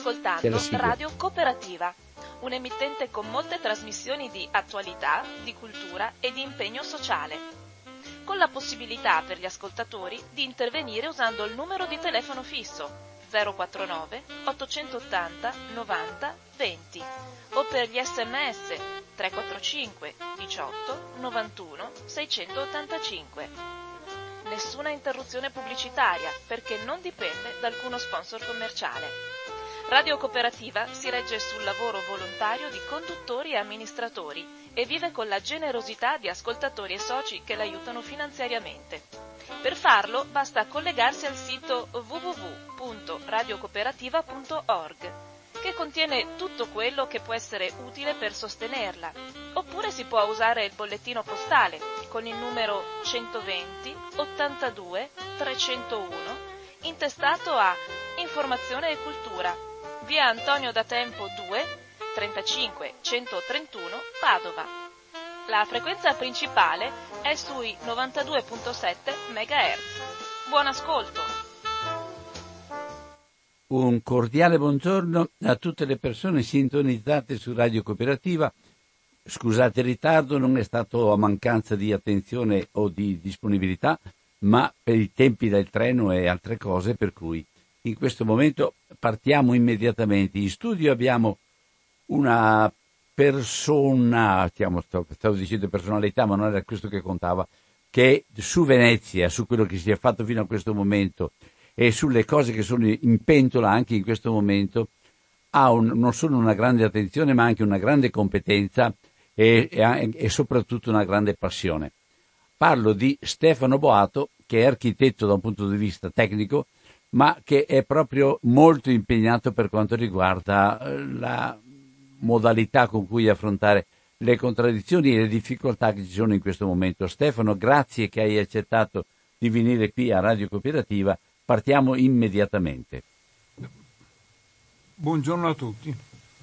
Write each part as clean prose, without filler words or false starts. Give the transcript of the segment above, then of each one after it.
ascoltando Radio Cooperativa, un emittente con molte trasmissioni di attualità, di cultura e di impegno sociale, con la possibilità per gli ascoltatori di intervenire usando il numero di telefono fisso 049 880 90 20 o per gli sms 345 18 91 685. Nessuna interruzione pubblicitaria perché non dipende da alcuno sponsor commerciale. Radio Cooperativa si regge sul lavoro volontario di conduttori e amministratori e vive con la generosità di ascoltatori e soci che l'aiutano finanziariamente. Per farlo basta collegarsi al sito www.radiocooperativa.org, che contiene tutto quello che può essere utile per sostenerla, oppure si può usare il bollettino postale con il numero 120 82 301 intestato a Informazione e Cultura, via Antonio da Tempo 2 35 131 Padova. La frequenza principale è sui 92.7 MHz. Buon ascolto! Un cordiale buongiorno a tutte le persone sintonizzate su Radio Cooperativa. Scusate il ritardo, non è stato a mancanza di attenzione o di disponibilità, ma per i tempi del treno e altre cose, per cui in questo momento partiamo immediatamente. In studio abbiamo una persona, stavo dicendo personalità, ma non era questo che contava, che su Venezia, su quello che si è fatto fino a questo momento e sulle cose che sono in pentola anche in questo momento, ha non solo una grande attenzione ma anche una grande competenza e soprattutto una grande passione. Parlo di Stefano Boato, che è architetto da un punto di vista tecnico, ma che è proprio molto impegnato per quanto riguarda la modalità con cui affrontare le contraddizioni e le difficoltà che ci sono in questo momento. Stefano, grazie che hai accettato di venire qui a Radio Cooperativa. Partiamo immediatamente. Buongiorno a tutti.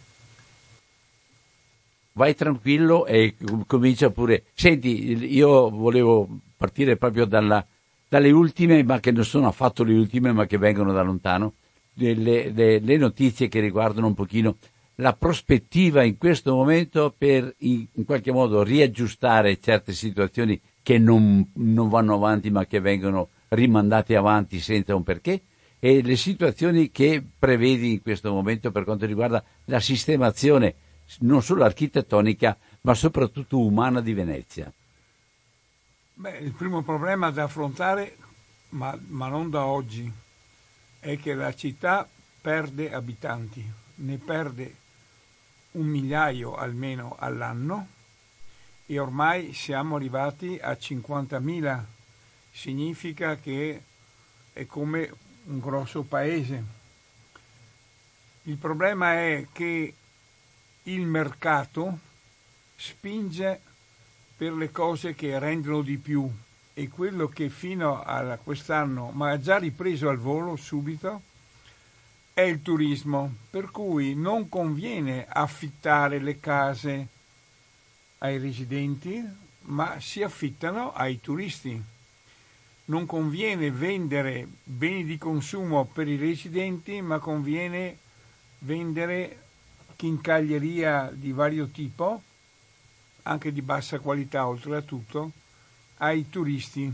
Vai tranquillo e comincia pure. Senti, io volevo partire proprio dalle ultime, ma che non sono affatto le ultime, ma che vengono da lontano, le notizie che riguardano un pochino la prospettiva in questo momento per in qualche modo riaggiustare certe situazioni che non vanno avanti ma che vengono rimandate avanti senza un perché, e le situazioni che prevedi in questo momento per quanto riguarda la sistemazione non solo architettonica ma soprattutto umana di Venezia. Il primo problema da affrontare, ma non da oggi, è che la città perde abitanti, ne perde 1.000.000 almeno all'anno e ormai siamo arrivati a 50.000. Significa che è come un grosso paese. Il problema è che il mercato spinge per le cose che rendono di più e quello che fino a quest'anno, ma ha già ripreso al volo subito, è il turismo, per cui non conviene affittare le case ai residenti, ma si affittano ai turisti. Non conviene vendere beni di consumo per i residenti, ma conviene vendere chincaglieria di vario tipo, anche di bassa qualità oltre a tutto, ai turisti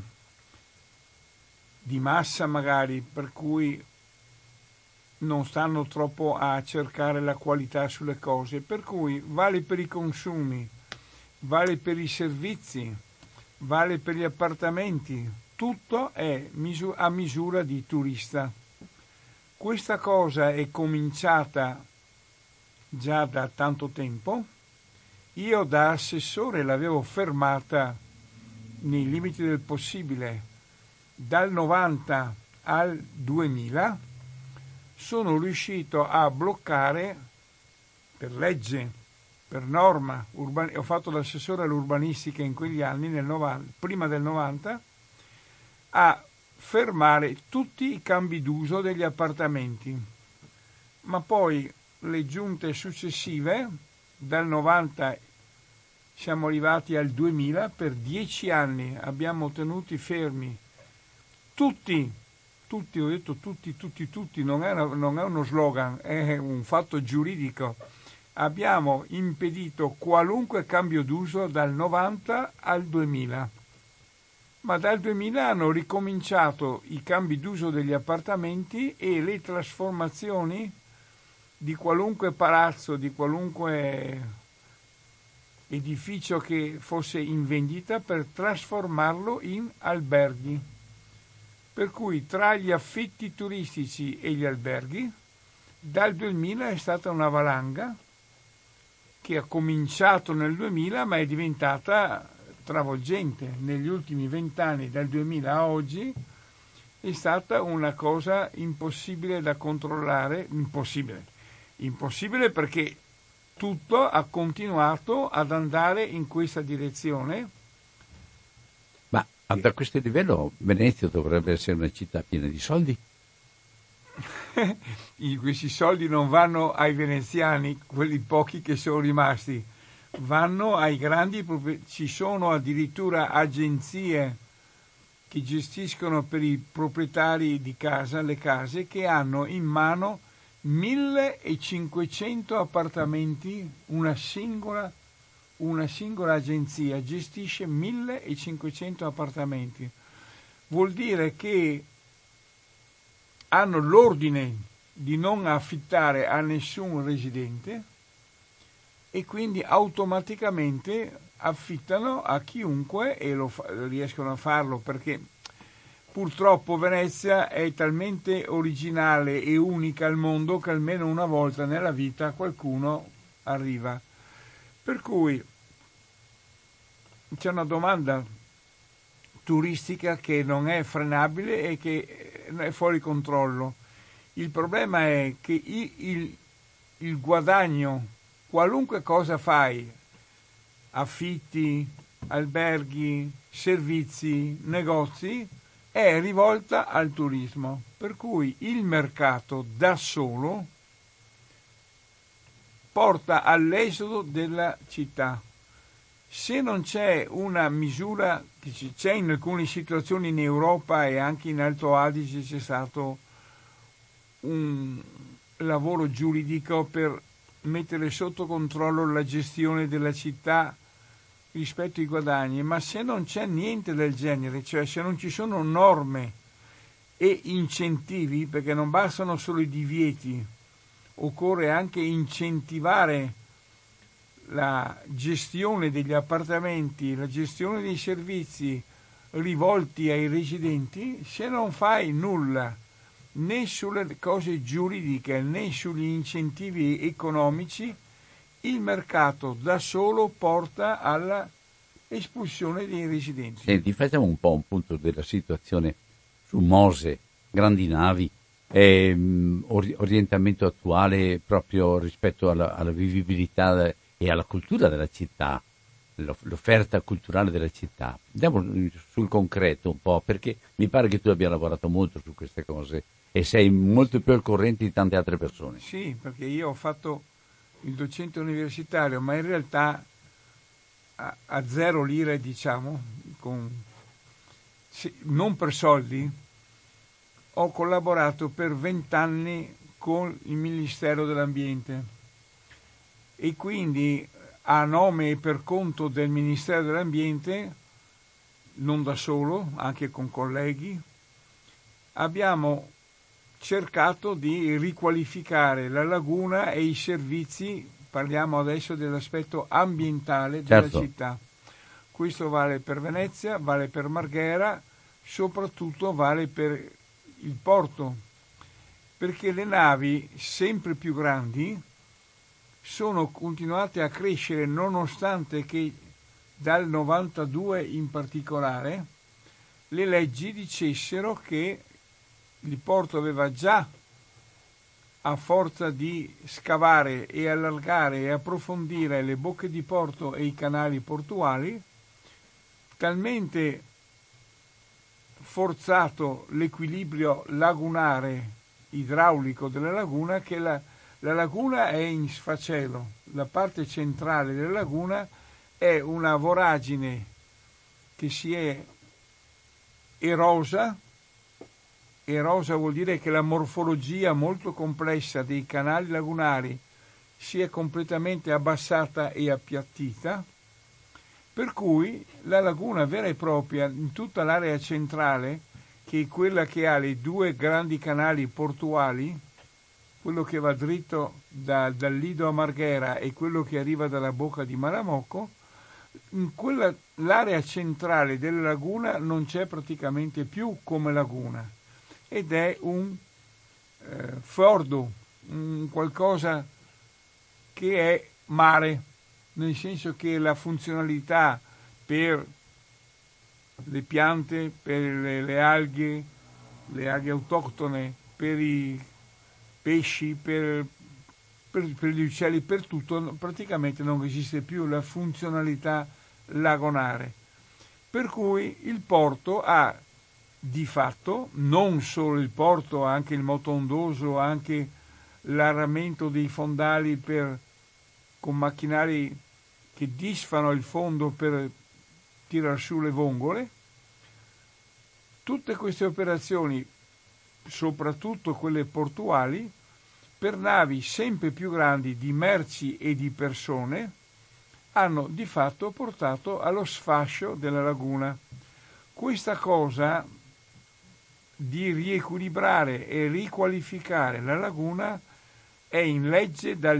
di massa magari, per cui non stanno troppo a cercare la qualità sulle cose, per cui vale per i consumi, vale per i servizi, vale per gli appartamenti, tutto è a misura di turista. Questa cosa è cominciata già da tanto tempo. Io da assessore l'avevo fermata nei limiti del possibile. Dal 90 al 2000 sono riuscito a bloccare per legge, per norma, ho fatto l'assessore all'urbanistica in quegli anni, prima del 90, a fermare tutti i cambi d'uso degli appartamenti. Ma poi le giunte successive, dal 90 siamo arrivati al 2000, per 10 anni abbiamo tenuti fermi tutti tutti, ho detto tutti, non è uno slogan, è un fatto giuridico. Abbiamo impedito qualunque cambio d'uso dal 90 al 2000, ma dal 2000 hanno ricominciato i cambi d'uso degli appartamenti e le trasformazioni di qualunque palazzo, di qualunque edificio che fosse in vendita, per trasformarlo in alberghi. Per cui tra gli affitti turistici e gli alberghi, dal 2000 è stata una valanga che ha cominciato nel 2000 ma è diventata travolgente. Negli ultimi 20 anni, dal 2000 a oggi, è stata una cosa impossibile da controllare, impossibile perché tutto ha continuato ad andare in questa direzione. Ma da questo livello Venezia dovrebbe essere una città piena di soldi? Questi soldi non vanno ai veneziani, quelli pochi che sono rimasti, vanno ai grandi. Ci sono addirittura agenzie che gestiscono per i proprietari di casa, le case, che hanno in mano 1500 appartamenti. Una singola agenzia gestisce 1500 appartamenti. Vuol dire che hanno l'ordine di non affittare a nessun residente e quindi automaticamente affittano a chiunque, e riescono a farlo perché purtroppo Venezia è talmente originale e unica al mondo che almeno una volta nella vita qualcuno arriva. Per cui c'è una domanda turistica che non è frenabile e che è fuori controllo. Il problema è che il guadagno, qualunque cosa fai, affitti, alberghi, servizi, negozi, è rivolta al turismo, per cui il mercato da solo porta all'esodo della città. Se non c'è una misura, che c'è in alcune situazioni in Europa e anche in Alto Adige, c'è stato un lavoro giuridico per mettere sotto controllo la gestione della città rispetto ai guadagni, ma se non c'è niente del genere, cioè se non ci sono norme e incentivi, perché non bastano solo i divieti, occorre anche incentivare la gestione degli appartamenti, la gestione dei servizi rivolti ai residenti. Se non fai nulla né sulle cose giuridiche né sugli incentivi economici, il mercato da solo porta alla espulsione dei residenti. Senti, facciamo un po' un punto della situazione su Mose, grandi navi, orientamento attuale proprio rispetto alla vivibilità e alla cultura della città, l'offerta culturale della città. Andiamo sul concreto un po', perché mi pare che tu abbia lavorato molto su queste cose e sei molto più al corrente di tante altre persone. Sì, perché io ho fatto il docente universitario, ma in realtà a 0 lire, diciamo, non per soldi, ho collaborato per 20 anni con il Ministero dell'Ambiente e quindi a nome e per conto del Ministero dell'Ambiente, non da solo, anche con colleghi, abbiamo cercato di riqualificare la laguna e i servizi. Parliamo adesso dell'aspetto ambientale della città. Questo vale per Venezia, vale per Marghera, soprattutto vale per il porto, perché le navi sempre più grandi sono continuate a crescere, nonostante che dal 92 in particolare le leggi dicessero che il porto aveva già, a forza di scavare e allargare e approfondire le bocche di porto e i canali portuali, talmente forzato l'equilibrio lagunare idraulico della laguna che la laguna è in sfacelo. La parte centrale della laguna è una voragine che si è erosa erosa vuol dire che la morfologia molto complessa dei canali lagunari si è completamente abbassata e appiattita, per cui la laguna vera e propria in tutta l'area centrale, che è quella che ha le due grandi canali portuali, quello che va dritto dal Lido a Marghera e quello che arriva dalla bocca di Malamocco, l'area centrale della laguna non c'è praticamente più come laguna, ed è un fiordo, qualcosa che è mare, nel senso che la funzionalità per le piante, per le alghe autoctone, per i pesci, per gli uccelli, per tutto, praticamente non esiste più la funzionalità lagonare. Per cui il porto ha di fatto, non solo il porto, anche il motondoso, anche l'arramento dei fondali con macchinari che disfano il fondo per tirar su le vongole. Tutte queste operazioni, soprattutto quelle portuali, per navi sempre più grandi di merci e di persone, hanno di fatto portato allo sfascio della laguna. Questa cosa di riequilibrare e riqualificare la laguna è in legge dal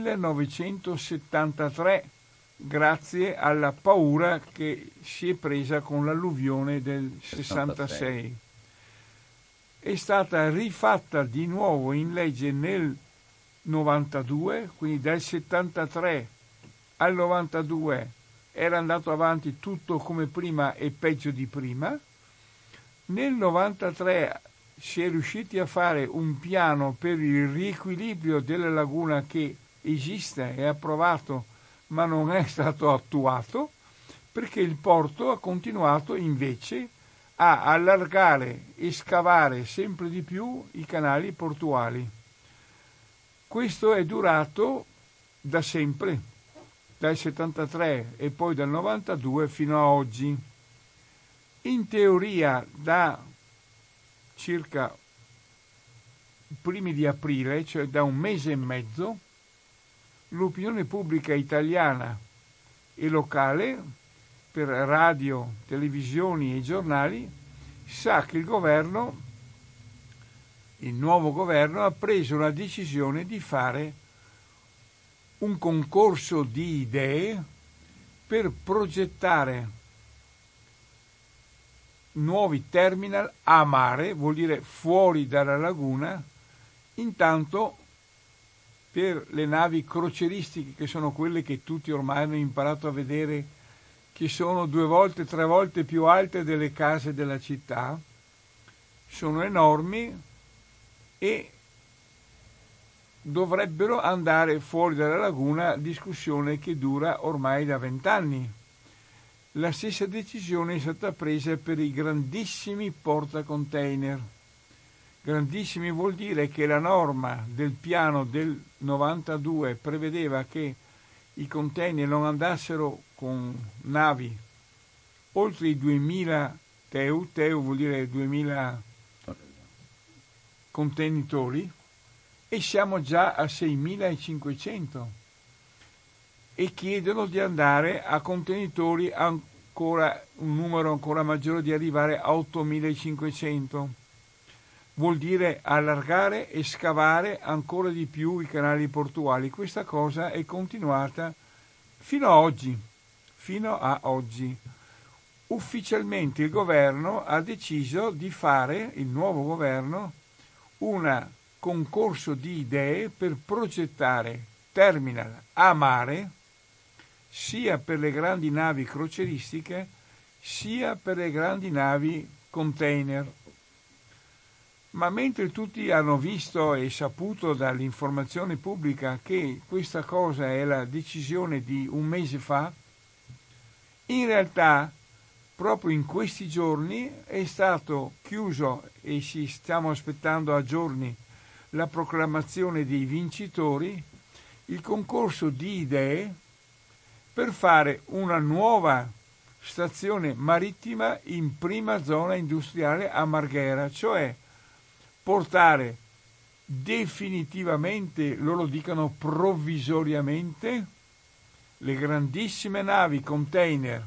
1973, grazie alla paura che si è presa con l'alluvione del 66. È stata rifatta di nuovo in legge nel 92, quindi dal 73 al 92 era andato avanti tutto come prima e peggio di prima. Nel 93 si è riusciti a fare un piano per il riequilibrio della laguna che esiste, è approvato, ma non è stato attuato, perché il porto ha continuato invece a allargare e scavare sempre di più i canali portuali. Questo è durato da sempre, dal 73 e poi dal 92 fino a oggi. In teoria da circa i primi di aprile, cioè da un mese e mezzo, l'opinione pubblica italiana e locale, per radio, televisioni e giornali, sa che il nuovo governo ha preso la decisione di fare un concorso di idee per progettare nuovi terminal a mare, vuol dire fuori dalla laguna, intanto per le navi crocieristiche, che sono quelle che tutti ormai hanno imparato a vedere, che sono 2 volte, 3 volte più alte delle case della città, sono enormi e dovrebbero andare fuori dalla laguna, discussione che dura ormai da 20 anni. La stessa decisione è stata presa per i grandissimi portacontainer. Grandissimi vuol dire che la norma del piano del 92 prevedeva che i container non andassero con navi oltre i 2000 TEU vuol dire 2000 contenitori, e siamo già a 6500 e chiedono di andare a contenitori ancora un numero ancora maggiore, di arrivare a 8500. Vuol dire allargare e scavare ancora di più i canali portuali. Questa cosa è continuata fino a oggi. Ufficialmente il governo ha deciso di fare, il nuovo governo, un concorso di idee per progettare terminal a mare, sia per le grandi navi crocieristiche, sia per le grandi navi container. Ma mentre tutti hanno visto e saputo dall'informazione pubblica che questa cosa è la decisione di un mese fa, in realtà proprio in questi giorni è stato chiuso, e ci stiamo aspettando a giorni la proclamazione dei vincitori, il concorso di idee per fare una nuova stazione marittima in prima zona industriale a Marghera, cioè portare definitivamente, loro dicono provvisoriamente, le grandissime navi container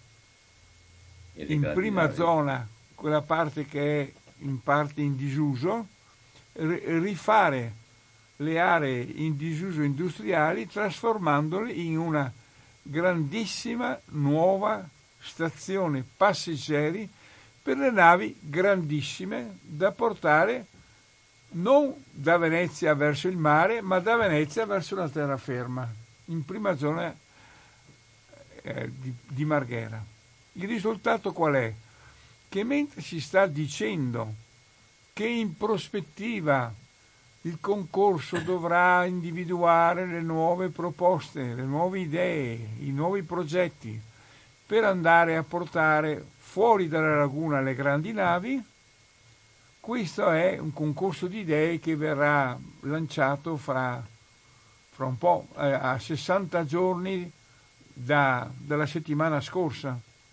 in prima zona, quella parte che è in parte in disuso, rifare le aree in disuso industriali trasformandole in una grandissima nuova stazione passeggeri per le navi grandissime da portare non da Venezia verso il mare, ma da Venezia verso la terraferma, in prima zona di Marghera. Il risultato qual è? Che mentre si sta dicendo che in prospettiva il concorso dovrà individuare le nuove proposte, le nuove idee, i nuovi progetti per andare a portare fuori dalla laguna le grandi navi, questo è un concorso di idee che verrà lanciato fra un po', a 60 giorni dalla settimana scorsa,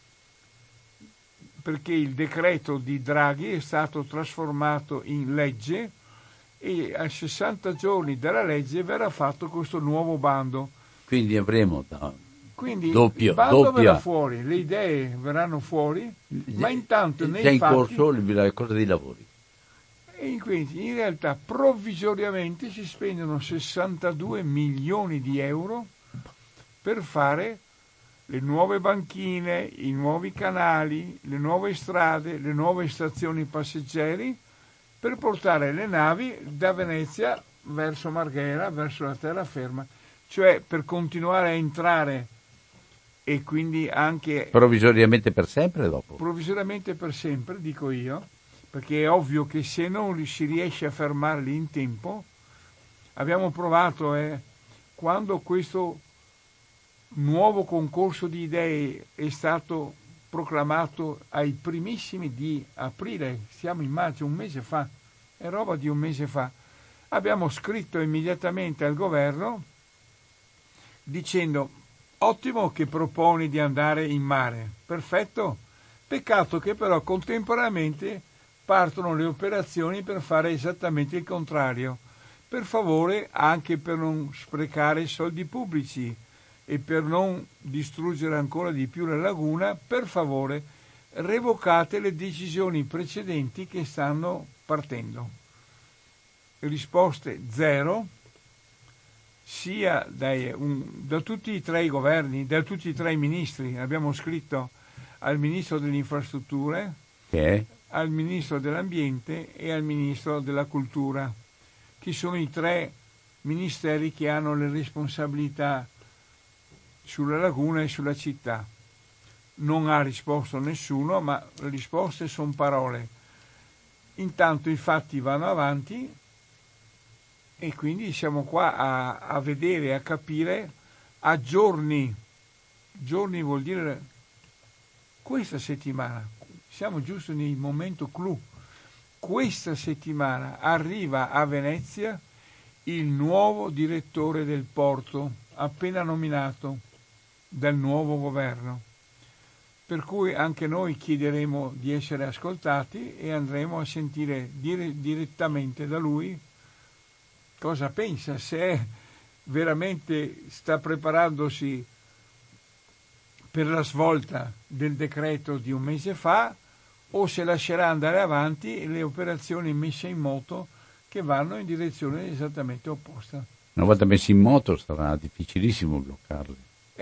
perché il decreto di Draghi è stato trasformato in legge e a 60 giorni dalla legge verrà fatto questo nuovo bando. Quindi avremo Quindi doppio, il bando doppia. verrà fuori, le idee verranno fuori, ma intanto nei già in fatti, corso la cosa dei lavori. e quindi in realtà provvisoriamente si spendono 62 milioni di euro per fare le nuove banchine, i nuovi canali, le nuove strade, le nuove stazioni passeggeri, per portare le navi da Venezia verso Marghera, verso la terraferma, cioè per continuare a entrare e quindi anche Provvisoriamente per sempre dopo? provvisoriamente per sempre, dico io, perché è ovvio che se non si riesce a fermarli in tempo, abbiamo provato, quando questo nuovo concorso di idee è stato proclamato ai primissimi di aprile, siamo in maggio, un mese fa, è roba di un mese fa, abbiamo scritto immediatamente al governo dicendo: ottimo che proponi di andare in mare, perfetto, peccato che però contemporaneamente partono le operazioni per fare esattamente il contrario, per favore, anche per non sprecare soldi pubblici e per non distruggere ancora di più la laguna, per favore revocate le decisioni precedenti che stanno partendo. Risposte zero, sia da tutti e tre i governi, da tutti e tre i ministri. Abbiamo scritto al ministro delle infrastrutture, al ministro dell'ambiente e al ministro della cultura, che sono i tre ministeri che hanno le responsabilità sulla laguna e sulla città. Non ha risposto nessuno, ma le risposte sono parole. Intanto i fatti vanno avanti e quindi siamo qua a vedere, a capire a giorni vuol dire questa settimana, siamo giusto nel momento clou, questa settimana arriva a Venezia il nuovo direttore del porto, appena nominato dal nuovo governo, per cui anche noi chiederemo di essere ascoltati e andremo a sentire direttamente da lui cosa pensa, se veramente sta preparandosi per la svolta del decreto di un mese fa o se lascerà andare avanti le operazioni messe in moto che vanno in direzione esattamente opposta. Una volta messi in moto sarà difficilissimo bloccarli.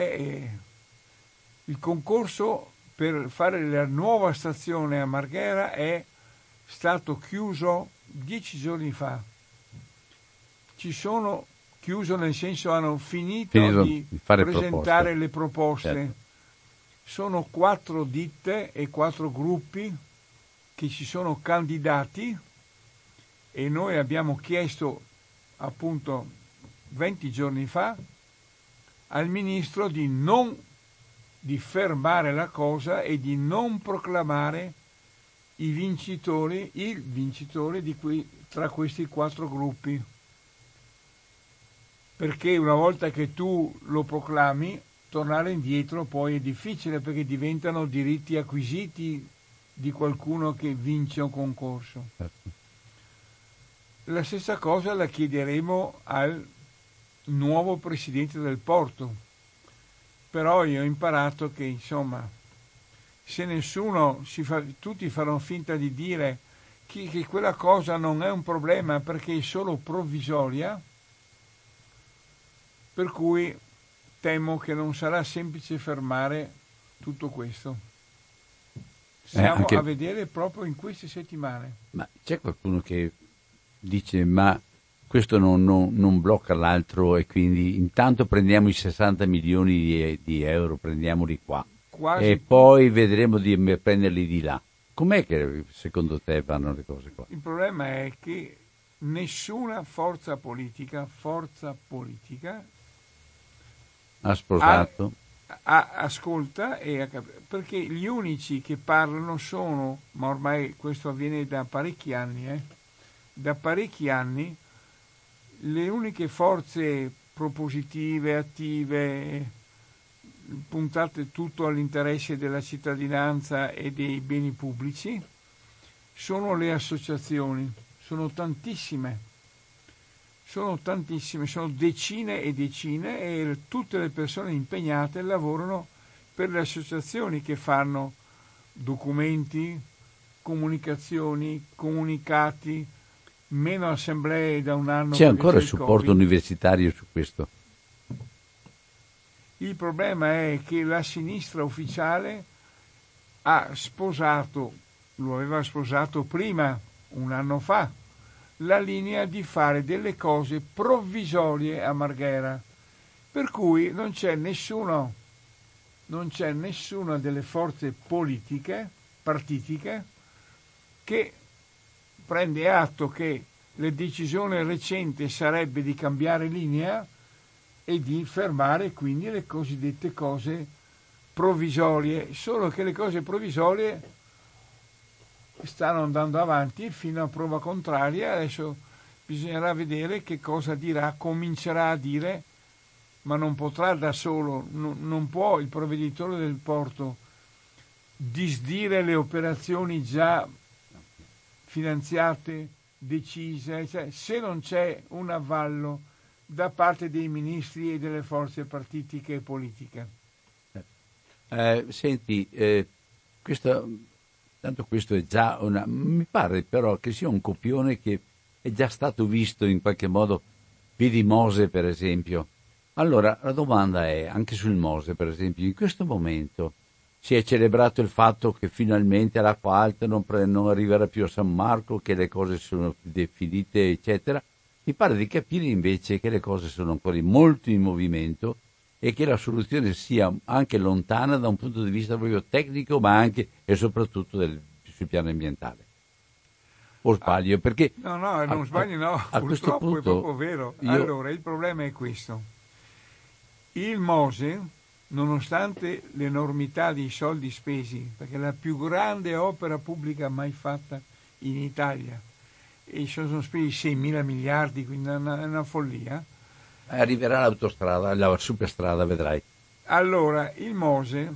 Il concorso per fare la nuova stazione a Marghera è stato chiuso 10 giorni fa. Ci sono chiuso nel senso hanno finito di fare presentare le proposte. Certo. Sono 4 ditte e 4 gruppi che si sono candidati e noi abbiamo chiesto appunto 20 giorni fa al ministro di fermare la cosa e di non proclamare il vincitore tra questi 4 gruppi, perché una volta che tu lo proclami tornare indietro poi è difficile, perché diventano diritti acquisiti di qualcuno che vince un concorso. Certo. La stessa cosa la chiederemo al nuovo presidente del porto, però io ho imparato che insomma se nessuno tutti faranno finta di dire che quella cosa non è un problema perché è solo provvisoria, per cui temo che non sarà semplice fermare tutto questo. Stiamo a vedere proprio in queste settimane. Ma c'è qualcuno che dice ma questo non blocca l'altro e quindi intanto prendiamo i 60 milioni di euro, prendiamoli qua e poi vedremo di prenderli di là. Com'è che secondo te vanno le cose qua? Il problema è che nessuna forza politica ha sposato? Ascolta perché gli unici che parlano sono, ma ormai questo avviene da parecchi anni, le uniche forze propositive, attive, puntate tutto all'interesse della cittadinanza e dei beni pubblici, sono le associazioni, sono tantissime, sono decine e decine e tutte le persone impegnate lavorano per le associazioni che fanno documenti, comunicazioni, comunicati, meno assemblee da un anno. C'è ancora il supporto universitario su questo? Il problema è che la sinistra ufficiale ha sposato, lo aveva sposato prima, un anno fa, la linea di fare delle cose provvisorie a Marghera, per cui non c'è nessuna delle forze politiche, partitiche, che prende atto che la decisione recente sarebbe di cambiare linea e di fermare quindi le cosiddette cose provvisorie, solo che le cose provvisorie stanno andando avanti fino a prova contraria. Adesso bisognerà vedere che cosa dirà, comincerà a dire, ma non potrà da solo, non può il provveditore del porto disdire le operazioni già finanziate, decise, cioè, se non c'è un avvallo da parte dei ministri e delle forze partitiche e politiche. Senti, tanto questo è già mi pare però che sia un copione che è già stato visto in qualche modo, vedi Mose per esempio. Allora la domanda è, anche sul Mose per esempio, in questo momento si è celebrato il fatto che finalmente l'acqua alta non arriverà più a San Marco, che le cose sono definite eccetera. Mi pare di capire invece che le cose sono ancora molto in movimento e che la soluzione sia anche lontana da un punto di vista proprio tecnico, ma anche e soprattutto sul piano ambientale. O sbaglio? Perché no, non sbaglio, no. A questo punto è proprio vero. Allora, il problema è questo. Il Mose, nonostante l'enormità dei soldi spesi, perché è la più grande opera pubblica mai fatta in Italia, e sono spesi 6.000 miliardi, quindi è una follia. Arriverà l'autostrada, la superstrada, vedrai. Allora, il Mose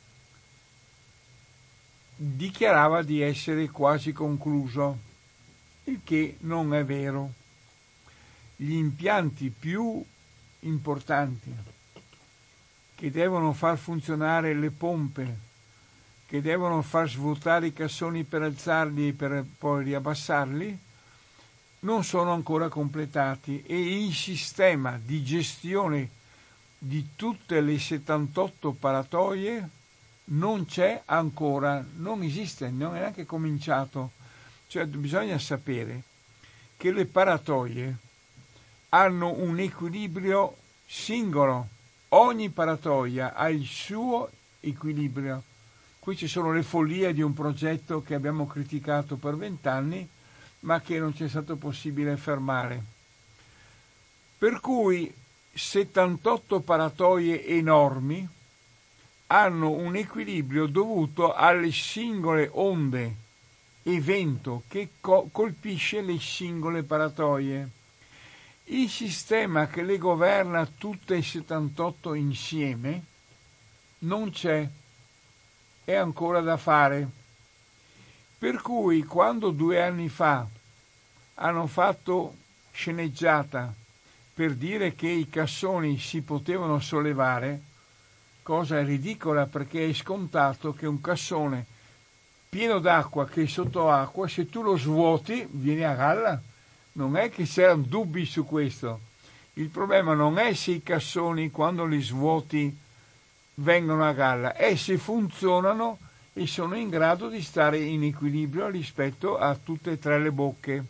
dichiarava di essere quasi concluso, il che non è vero. Gli impianti più importanti che devono far funzionare le pompe, che devono far svuotare i cassoni per alzarli e per poi riabbassarli, non sono ancora completati e il sistema di gestione di tutte le 78 paratoie non c'è ancora, non esiste, non è neanche cominciato. Cioè bisogna sapere che le paratoie hanno un equilibrio singolo, ogni paratoia ha il suo equilibrio. Qui ci sono le follie di un progetto che abbiamo criticato per 20 anni, ma che non ci è stato possibile fermare. Per cui 78 paratoie enormi hanno un equilibrio dovuto alle singole onde e vento che colpisce le singole paratoie. Il sistema che le governa tutte e 78 insieme non c'è, è ancora da fare. Per cui quando 2 anni fa hanno fatto sceneggiata per dire che i cassoni si potevano sollevare, cosa ridicola perché è scontato che un cassone pieno d'acqua che è sotto acqua, se tu lo svuoti vieni a galla. Non è che c'erano dubbi su questo. Il problema non è se i cassoni quando li svuoti vengono a galla, è se funzionano e sono in grado di stare in equilibrio rispetto a tutte e tre le bocche.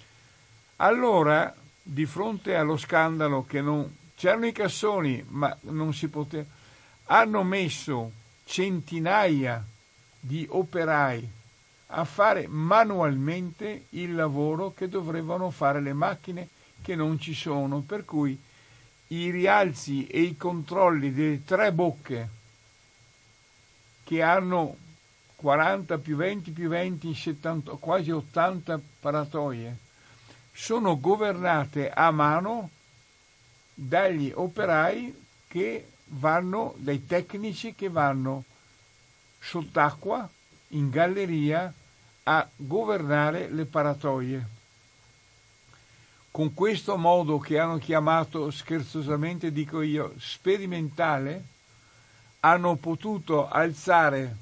Allora, di fronte allo scandalo che non c'erano i cassoni, ma non si poteva, hanno messo centinaia di operai a fare manualmente il lavoro che dovevano fare le macchine che non ci sono, per cui i rialzi e i controlli delle tre bocche che hanno 40 più 20 più 20, 70, quasi 80 paratoie, sono governate a mano dagli operai che vanno, dai tecnici che vanno sott'acqua in galleria a governare le paratoie. Con questo modo che hanno chiamato scherzosamente, dico io, sperimentale, hanno potuto alzare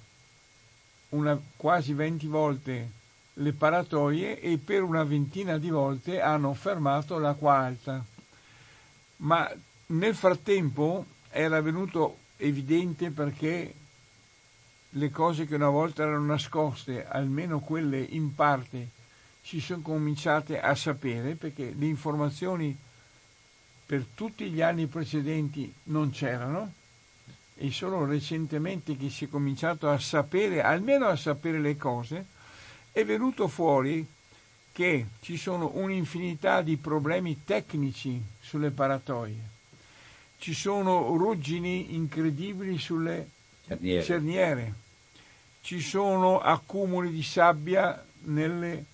quasi 20 volte le paratoie e per una ventina di volte hanno fermato l'acqua alta. Ma nel frattempo era venuto evidente, perché le cose che una volta erano nascoste, almeno quelle in parte, si sono cominciate a sapere, perché le informazioni per tutti gli anni precedenti non c'erano e solo recentemente che si è cominciato a sapere, almeno a sapere le cose. È venuto fuori che ci sono un'infinità di problemi tecnici sulle paratoie, ci sono ruggini incredibili sulle cerniere, ci sono accumuli di sabbia nelle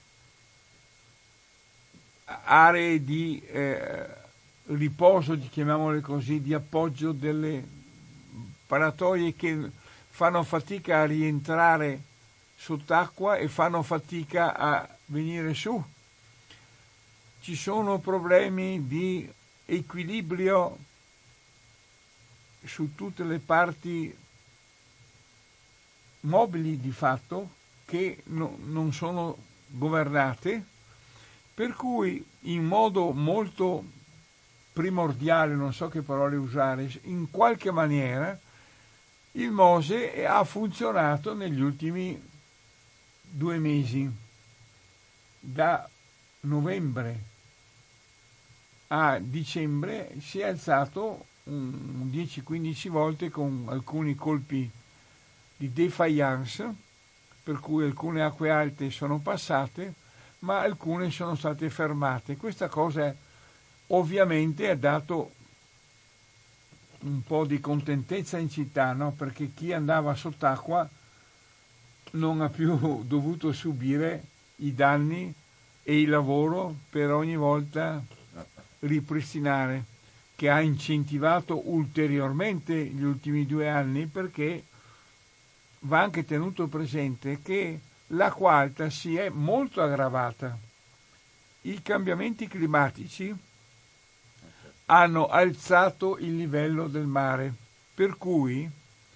aree di riposo, chiamiamole così, di appoggio delle paratoie, che fanno fatica a rientrare sott'acqua e fanno fatica a venire su. Ci sono problemi di equilibrio su tutte le parti mobili di fatto che non sono governate, per cui in modo molto primordiale, non so che parole usare, in qualche maniera il Mose ha funzionato negli ultimi 2 mesi, da novembre a dicembre si è alzato 10-15 volte, con alcuni colpi di défaillance, per cui alcune acque alte sono passate ma alcune sono state fermate. Questa cosa ovviamente ha dato un po' di contentezza in città, no? Perché chi andava sott'acqua non ha più dovuto subire i danni e il lavoro per ogni volta ripristinare, che ha incentivato ulteriormente gli ultimi 2 anni, perché va anche tenuto presente che l'acqua alta si è molto aggravata. I cambiamenti climatici hanno alzato il livello del mare, per cui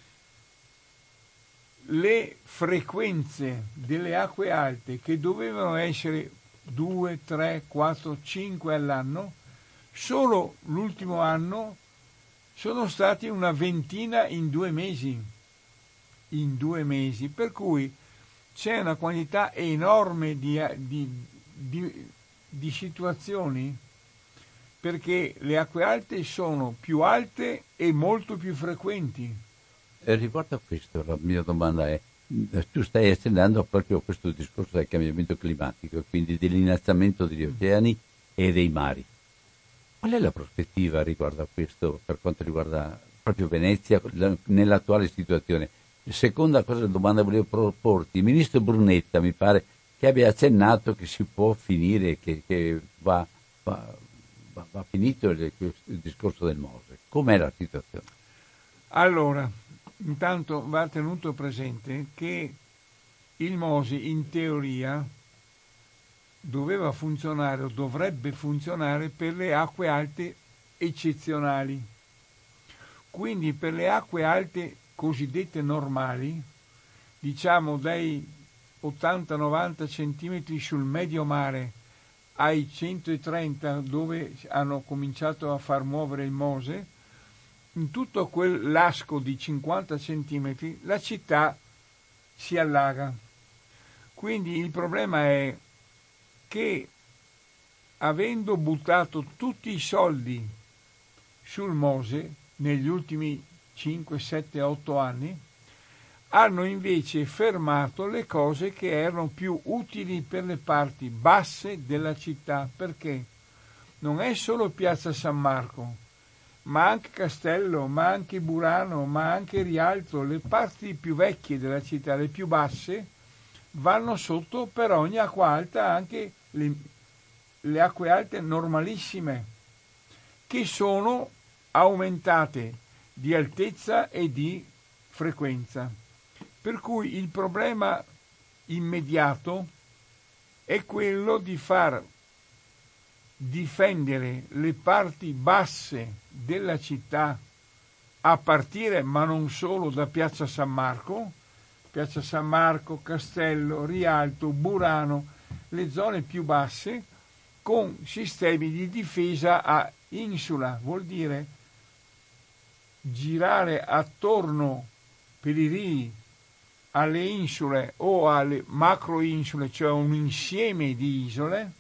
le frequenze delle acque alte, che dovevano essere 2, 3, 4, 5 all'anno, solo l'ultimo anno sono stati una ventina in 2 mesi. In 2 mesi, per cui c'è una quantità enorme di situazioni, perché le acque alte sono più alte e molto più frequenti. Riguardo a questo, la mia domanda è, tu stai accennando proprio a questo discorso del cambiamento climatico, quindi dell'innalzamento degli oceani e dei mari. Qual è la prospettiva riguardo a questo per quanto riguarda proprio Venezia nell'attuale situazione? Seconda cosa, domanda volevo proporti, il ministro Brunetta mi pare che abbia accennato che si può finire, che va finito il discorso del Mose. Com'è la situazione? Allora, intanto va tenuto presente che il Mose in teoria doveva funzionare o dovrebbe funzionare per le acque alte eccezionali. Quindi per le acque alte cosiddette normali, diciamo dai 80-90 centimetri sul medio mare ai 130 dove hanno cominciato a far muovere il Mose, in tutto quel lasco di 50 centimetri la città si allaga. Quindi il problema è che, avendo buttato tutti i soldi sul Mose negli ultimi 5, 7, 8 anni, hanno invece fermato le cose che erano più utili per le parti basse della città. Perché non è solo Piazza San Marco, ma anche Castello, ma anche Burano, ma anche Rialto, le parti più vecchie della città, le più basse, vanno sotto per ogni acqua alta, anche le acque alte normalissime, che sono aumentate di altezza e di frequenza. Per cui il problema immediato è quello di far difendere le parti basse della città, a partire, ma non solo, da Piazza San Marco, Castello, Rialto, Burano, le zone più basse, con sistemi di difesa a insula. Vuol dire girare attorno per i rii alle insule o alle macro insule, cioè un insieme di isole,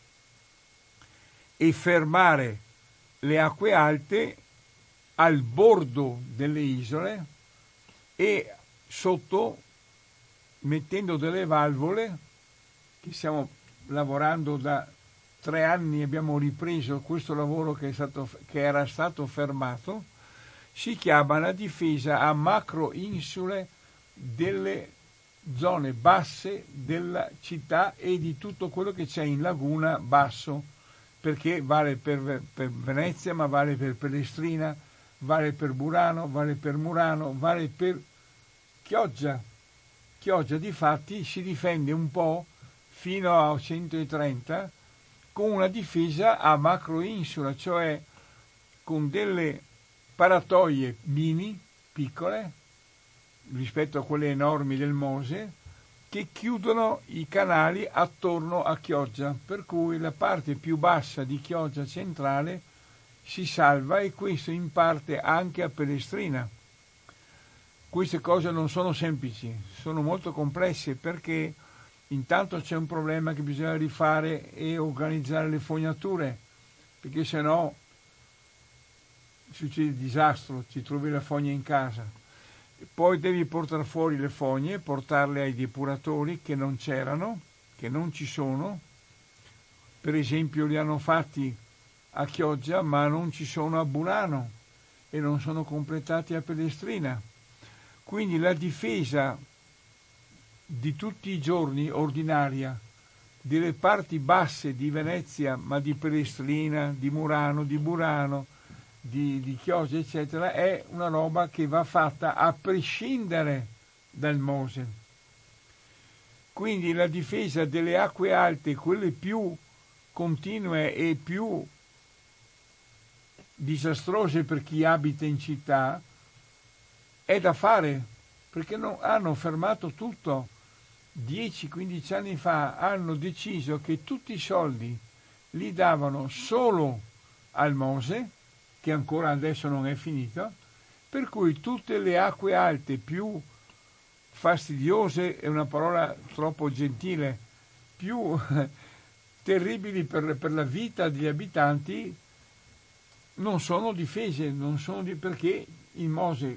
e fermare le acque alte al bordo delle isole e sotto, mettendo delle valvole, che stiamo lavorando da 3 anni, abbiamo ripreso questo lavoro che era stato fermato. Si chiama la difesa a macro insule delle zone basse della città e di tutto quello che c'è in laguna basso, perché vale per Venezia, ma vale per Pellestrina, vale per Burano, vale per Murano, vale per Chioggia. Chioggia difatti si difende un po' fino a 130 con una difesa a macro insula, cioè con delle paratoie mini, piccole, rispetto a quelle enormi del Mose, che chiudono i canali attorno a Chioggia, per cui la parte più bassa di Chioggia centrale si salva, e questo in parte anche a Pellestrina. Queste cose non sono semplici, sono molto complesse, perché intanto c'è un problema che bisogna rifare e organizzare le fognature, perché se no succede disastro, ti trovi la fogna in casa. Poi devi portare fuori le fogne, portarle ai depuratori che non c'erano, che non ci sono. Per esempio li hanno fatti a Chioggia, ma non ci sono a Burano e non sono completati a Pellestrina. Quindi la difesa di tutti i giorni ordinaria delle parti basse di Venezia, ma di Pellestrina, di Murano, di Burano, di Chioggia, eccetera, è una roba che va fatta a prescindere dal Mose. Quindi la difesa delle acque alte, quelle più continue e più disastrose per chi abita in città, è da fare, perché hanno fermato tutto. 10-15 anni fa hanno deciso che tutti i soldi li davano solo al Mose, che ancora adesso non è finito, per cui tutte le acque alte più fastidiose, è una parola troppo gentile, più terribili per la vita degli abitanti, non sono difese, perché il Mose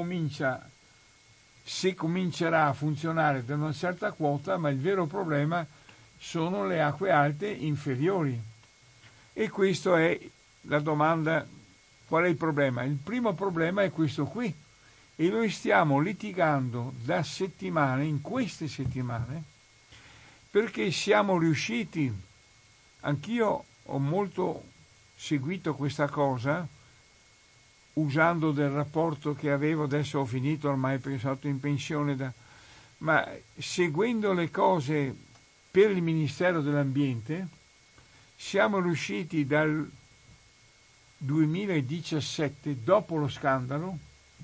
comincerà a funzionare da una certa quota, ma il vero problema sono le acque alte inferiori. E questa è la domanda: qual è il problema? Il primo problema è questo qui, e noi stiamo litigando da settimane, in queste settimane, perché siamo riusciti, anch'io ho molto seguito questa cosa, usando del rapporto che avevo, adesso ho finito ormai perché sono stato in pensione, ma seguendo le cose per il Ministero dell'Ambiente siamo riusciti dal 2017, dopo lo scandalo,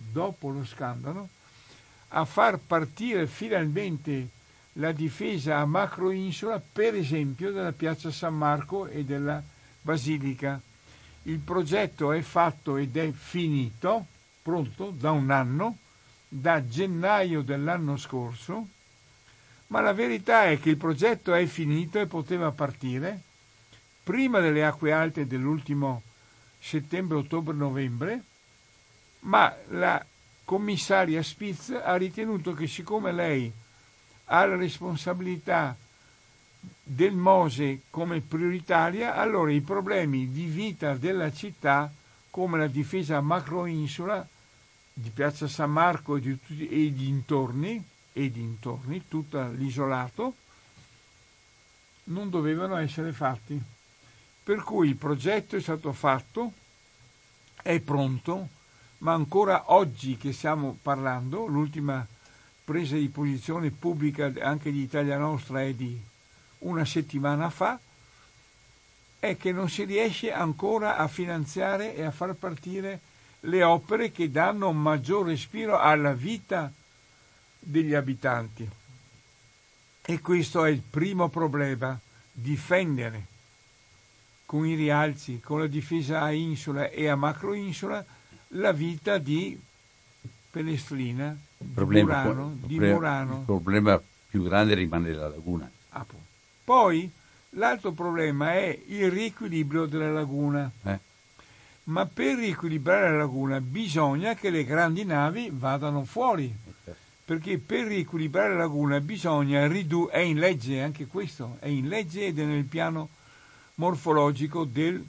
a far partire finalmente la difesa a macroisola, per esempio della piazza San Marco e della Basilica. Il progetto è fatto ed è finito, pronto, da un anno, da gennaio dell'anno scorso, ma la verità è che il progetto è finito e poteva partire prima delle acque alte dell'ultimo settembre, ottobre, novembre, ma la commissaria Spitz ha ritenuto che siccome lei ha la responsabilità del Mose come prioritaria, allora i problemi di vita della città, come la difesa macroinsula di Piazza San Marco e dintorni, tutto l'isolato, non dovevano essere fatti. Per cui il progetto è stato fatto, è pronto, ma ancora oggi che stiamo parlando, l'ultima presa di posizione pubblica anche di Italia Nostra è di una settimana fa, è che non si riesce ancora a finanziare e a far partire le opere che danno un maggior respiro alla vita degli abitanti. E questo è il primo problema: difendere con i rialzi, con la difesa a insula e a macroinsula, la vita di Pelestrina, di Murano. Il problema più grande rimane la laguna. Poi l'altro problema è il riequilibrio della laguna. Ma per riequilibrare la laguna bisogna che le grandi navi vadano fuori, perché per riequilibrare la laguna bisogna è in legge anche questo, è in legge ed è nel piano morfologico del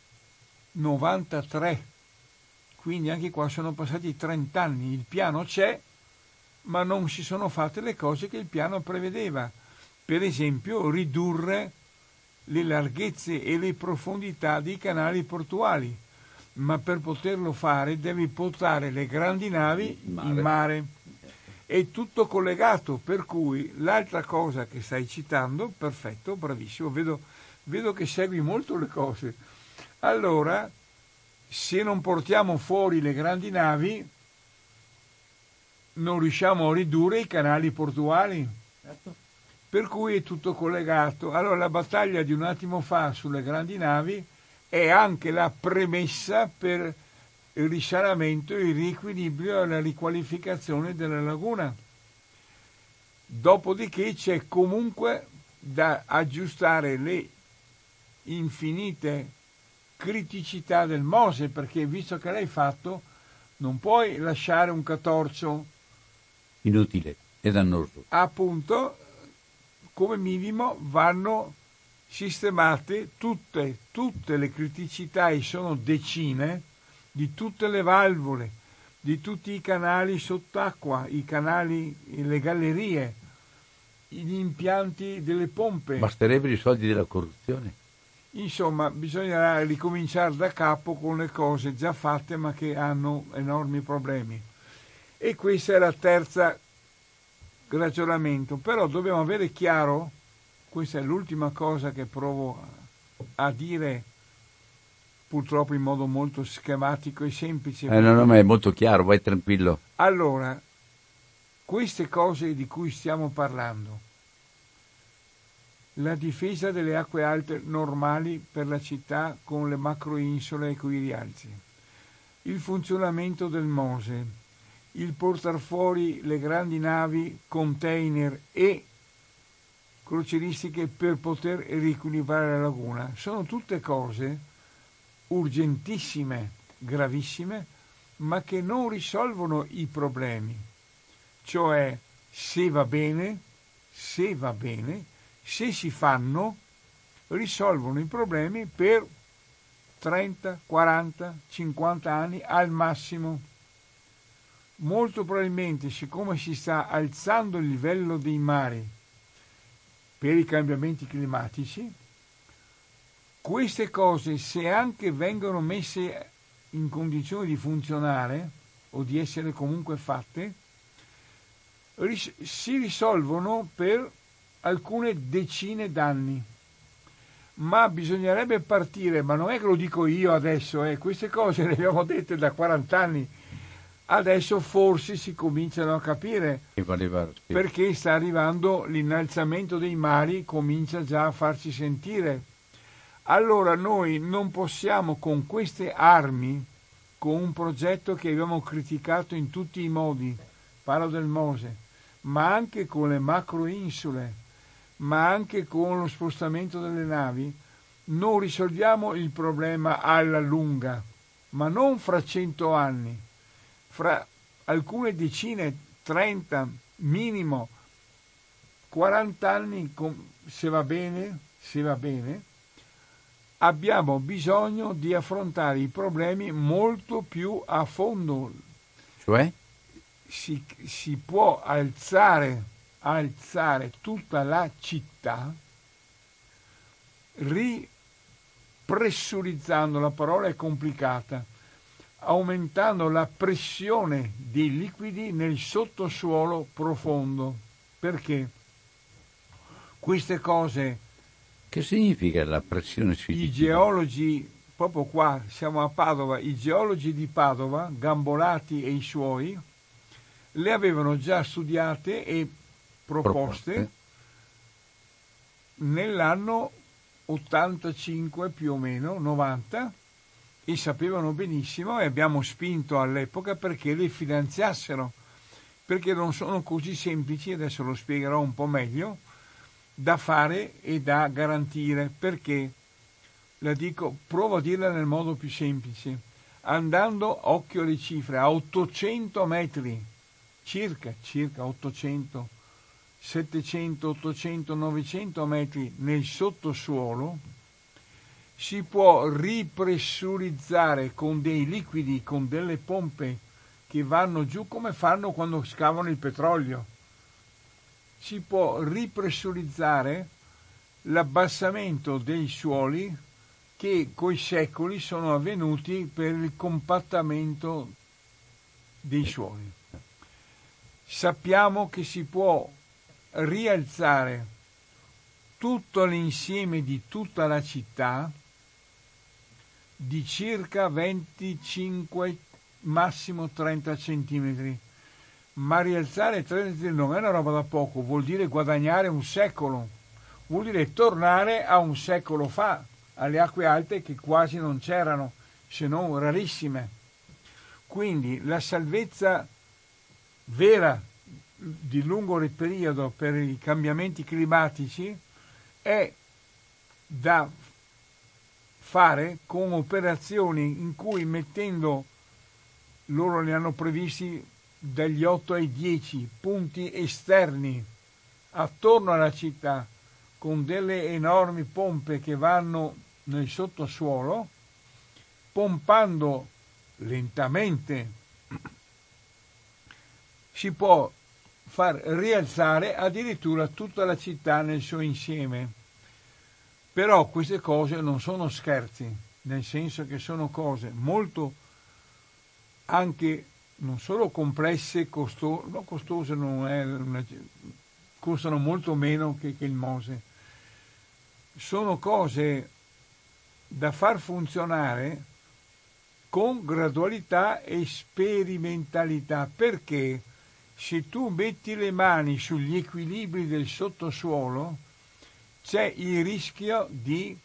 93, quindi anche qua sono passati 30 anni, il piano c'è, ma non si sono fatte le cose che il piano prevedeva, per esempio ridurre le larghezze e le profondità dei canali portuali, ma per poterlo fare devi portare le grandi navi in mare. È tutto collegato, per cui l'altra cosa che stai citando, perfetto, bravissimo, vedo che segui molto le cose. Allora, se non portiamo fuori le grandi navi, non riusciamo a ridurre i canali portuali. Per cui è tutto collegato. Allora, la battaglia di un attimo fa sulle grandi navi è anche la premessa per il risanamento, il riequilibrio e la riqualificazione della laguna. Dopodiché c'è comunque da aggiustare le infinite criticità del Mose, perché visto che l'hai fatto non puoi lasciare un catorcio inutile e dannoso. Appunto, come minimo vanno sistemate tutte le criticità, e sono decine, di tutte le valvole, di tutti i canali sott'acqua, i canali, le gallerie, gli impianti delle pompe. Basterebbero i soldi della corruzione. Insomma, bisognerà ricominciare da capo con le cose già fatte ma che hanno enormi problemi. E questa è la terza ragionamento. Però dobbiamo avere chiaro, questa è l'ultima cosa che provo a dire, purtroppo in modo molto schematico e semplice. No, ma è molto chiaro, vai tranquillo. Allora, queste cose di cui stiamo parlando, la difesa delle acque alte normali per la città con le macroinsole e con i rialzi, il funzionamento del Mose, il portar fuori le grandi navi, container e croceristiche per poter riequilibrare la laguna, sono tutte cose urgentissime, gravissime, ma che non risolvono i problemi. Cioè, se va bene, se si fanno, risolvono i problemi per 30, 40, 50 anni al massimo. Molto probabilmente, siccome si sta alzando il livello dei mari per i cambiamenti climatici, queste cose, se anche vengono messe in condizione di funzionare o di essere comunque fatte, si risolvono per alcune decine d'anni. Ma bisognerebbe partire, ma non è che lo dico io adesso, queste cose le abbiamo dette da 40 anni, adesso forse si cominciano a capire, perché sta arrivando l'innalzamento dei mari, comincia già a farci sentire. Allora noi non possiamo con queste armi, con un progetto che abbiamo criticato in tutti i modi, parlo del Mose, ma anche con le macroinsule, ma anche con lo spostamento delle navi, non risolviamo il problema alla lunga, ma non fra 100 anni, fra alcune decine, 30, minimo 40 anni, se va bene, abbiamo bisogno di affrontare i problemi molto più a fondo. Cioè? Si può alzare tutta la città ripressurizzando, la parola è complicata, aumentando la pressione dei liquidi nel sottosuolo profondo. Perché queste cose... Che significa la pressione sui liquidi? I geologi, proprio qua, siamo a Padova, i geologi di Padova, Gambolati e i suoi, le avevano già studiate e proposte nell'anno 85 più o meno, 90, e sapevano benissimo, e abbiamo spinto all'epoca perché le finanziassero, perché non sono così semplici, adesso lo spiegherò un po' meglio, da fare e da garantire. Perché? La dico, provo a dirla nel modo più semplice, andando, occhio alle cifre, a 800 metri, circa 800, 700, 800, 900 metri nel sottosuolo, si può ripressurizzare con dei liquidi, con delle pompe che vanno giù come fanno quando scavano il petrolio. Si può ripressurizzare l'abbassamento dei suoli che coi secoli sono avvenuti per il compattamento dei suoli. Sappiamo che si può rialzare tutto l'insieme di tutta la città di circa 25, massimo 30 centimetri. Ma rialzare 30 centimetri non è una roba da poco, vuol dire guadagnare un secolo, vuol dire tornare a un secolo fa, alle acque alte che quasi non c'erano, se non rarissime. Quindi la salvezza vera di lungo periodo per i cambiamenti climatici è da fare con operazioni in cui, mettendo, loro ne hanno previsti dagli 8 ai 10 punti esterni attorno alla città, con delle enormi pompe che vanno nel sottosuolo, pompando lentamente si può far rialzare addirittura tutta la città nel suo insieme. Però queste cose non sono scherzi, nel senso che sono cose molto anche non solo complesse, costose non è costano molto meno che il Mose. Sono cose da far funzionare con gradualità e sperimentalità, perché se tu metti le mani sugli equilibri del sottosuolo c'è il rischio di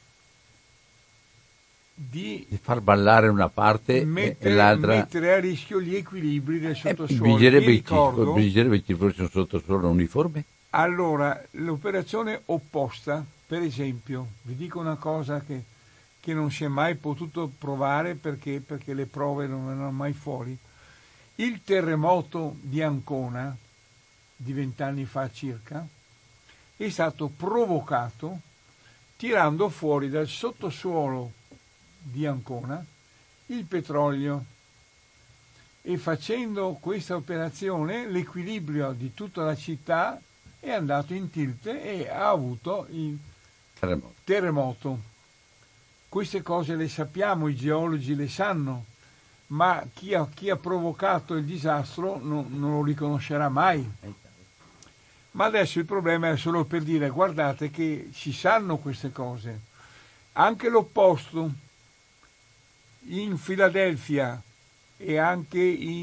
far ballare una parte e l'altra, mettere a rischio gli equilibri del sottosuolo. Bisognerebbe ci fosse un sottosuolo uniforme? Allora, l'operazione opposta, per esempio, vi dico una cosa che non si è mai potuto provare perché le prove non erano mai fuori. Il terremoto di Ancona, di 20 anni fa circa, è stato provocato tirando fuori dal sottosuolo di Ancona il petrolio, e facendo questa operazione l'equilibrio di tutta la città è andato in tilt e ha avuto il terremoto. Queste cose le sappiamo, i geologi le sanno, ma chi ha provocato il disastro non lo riconoscerà mai. Ma adesso il problema è solo per dire, guardate che si sanno queste cose. Anche l'opposto, in Filadelfia e anche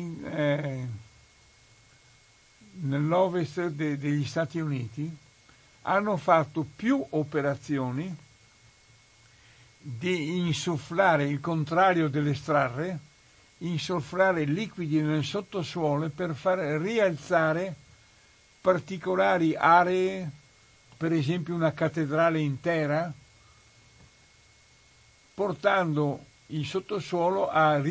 nell'ovest degli Stati Uniti hanno fatto più operazioni di insufflare, il contrario dell'estrarre, insufflare liquidi nel sottosuolo per far rialzare particolari aree, per esempio una cattedrale intera, portando il sottosuolo a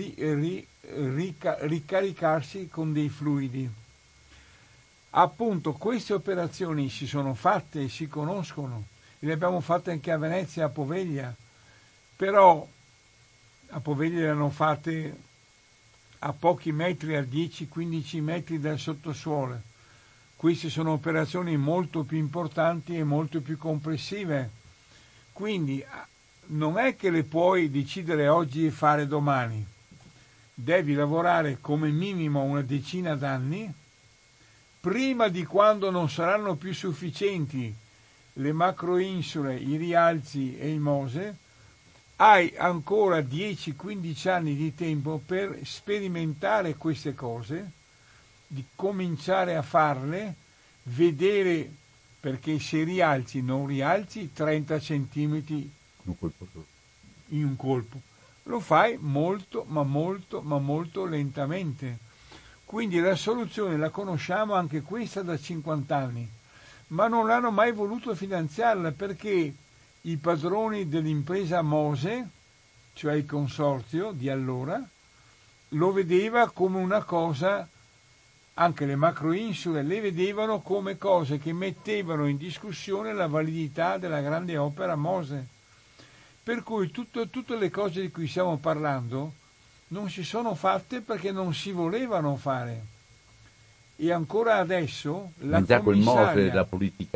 ricaricarsi con dei fluidi. Appunto, queste operazioni si sono fatte e si conoscono, le abbiamo fatte anche a Venezia, a Poveglia, però a Poveglia le hanno fatte a pochi metri, a 10-15 metri dal sottosuolo. Queste sono operazioni molto più importanti e molto più complessive, quindi non è che le puoi decidere oggi e fare domani, devi lavorare come minimo una decina d'anni, prima di quando non saranno più sufficienti le macroinsule, i rialzi e il Mose, hai ancora 10-15 anni di tempo per sperimentare queste cose, di cominciare a farle, vedere, perché se rialzi non rialzi 30 centimetri in un colpo, lo fai molto ma molto lentamente. Quindi la soluzione la conosciamo anche questa da 50 anni, ma non l'hanno mai voluto finanziarla perché i padroni dell'impresa Mose, cioè il consorzio di allora, lo vedeva come una cosa, anche le macroinsule le vedevano come cose che mettevano in discussione la validità della grande opera Mose. Per cui tutte le cose di cui stiamo parlando non si sono fatte perché non si volevano fare. E ancora adesso la già quel Mose commissaria,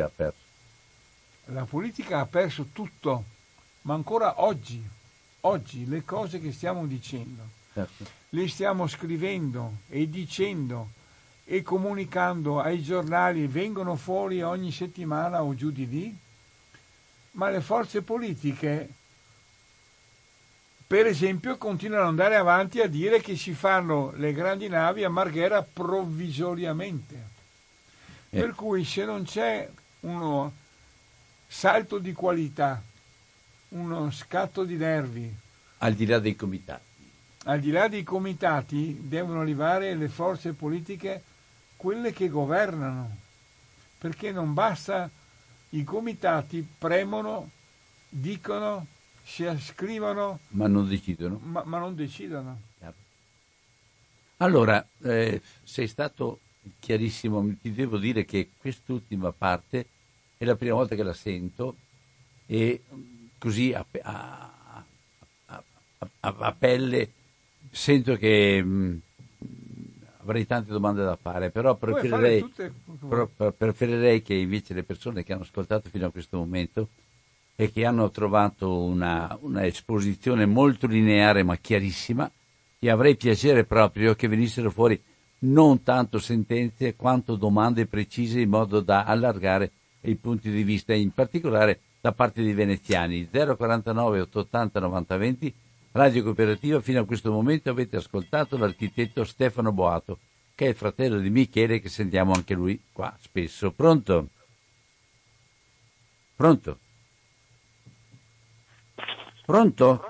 la politica ha ha perso. perso tutto, ma ancora oggi le cose che stiamo dicendo, Certo. le stiamo scrivendo e dicendo e comunicando ai giornali, vengono fuori ogni settimana o giù di lì, ma le forze politiche, per esempio, continuano ad andare avanti a dire che si fanno le grandi navi a Marghera provvisoriamente. Per cui se non c'è uno salto di qualità, uno scatto di nervi, Al di là dei comitati, devono arrivare le forze politiche, quelle che governano, perché non basta, i comitati premono, dicono, si ascrivono, ma non decidono. ma non decidono. Allora, sei stato chiarissimo, ti devo dire che quest'ultima parte è la prima volta che la sento e così a pelle sento che avrei tante domande da fare, però preferirei che invece le persone che hanno ascoltato fino a questo momento e che hanno trovato una esposizione molto lineare ma chiarissima, e avrei piacere proprio che venissero fuori non tanto sentenze quanto domande precise in modo da allargare i punti di vista, in particolare da parte dei veneziani. 049 880 90 20, Radio Cooperativa. Fino a questo momento avete ascoltato l'architetto Stefano Boato, che è il fratello di Michele, che sentiamo anche lui qua spesso. Pronto? Pronto? Pronto?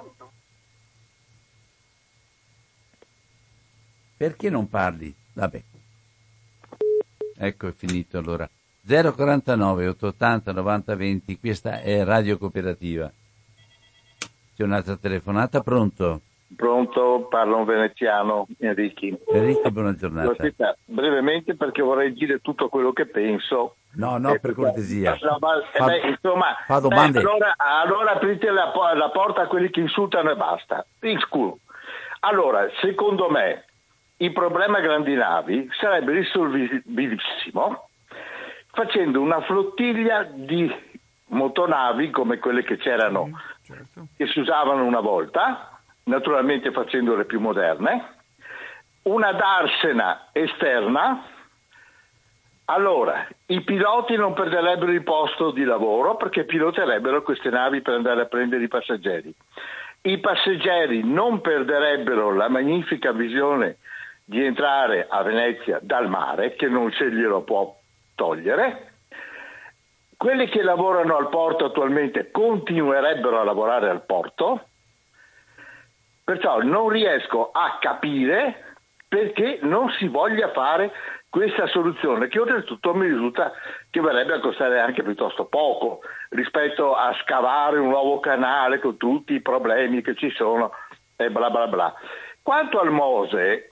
Perché non parli? Vabbè. Ecco, è finito allora. 049 880 90 20, questa è Radio Cooperativa. C'è un'altra telefonata, pronto? Pronto, parla un veneziano, Enrichi. Enrichi, buona giornata. Aspetta, brevemente perché vorrei dire tutto quello che penso. No, per cortesia. Fa domande. Allora aprite la porta a quelli che insultano e basta. Allora, secondo me, il problema grandi navi sarebbe risolvibilissimo facendo una flottiglia di motonavi come quelle che c'erano, certo, che si usavano una volta, naturalmente facendole più moderne, una darsena esterna Allora, i piloti non perderebbero il posto di lavoro perché piloterebbero queste navi per andare a prendere i passeggeri. I passeggeri non perderebbero la magnifica visione di entrare a Venezia dal mare, che non se glielo può togliere. Quelli che lavorano al porto attualmente continuerebbero a lavorare al porto, perciò non riesco a capire perché non si voglia fare questa soluzione, che oltretutto mi risulta che verrebbe a costare anche piuttosto poco rispetto a scavare un nuovo canale con tutti i problemi che ci sono e bla bla bla. Quanto al Mose,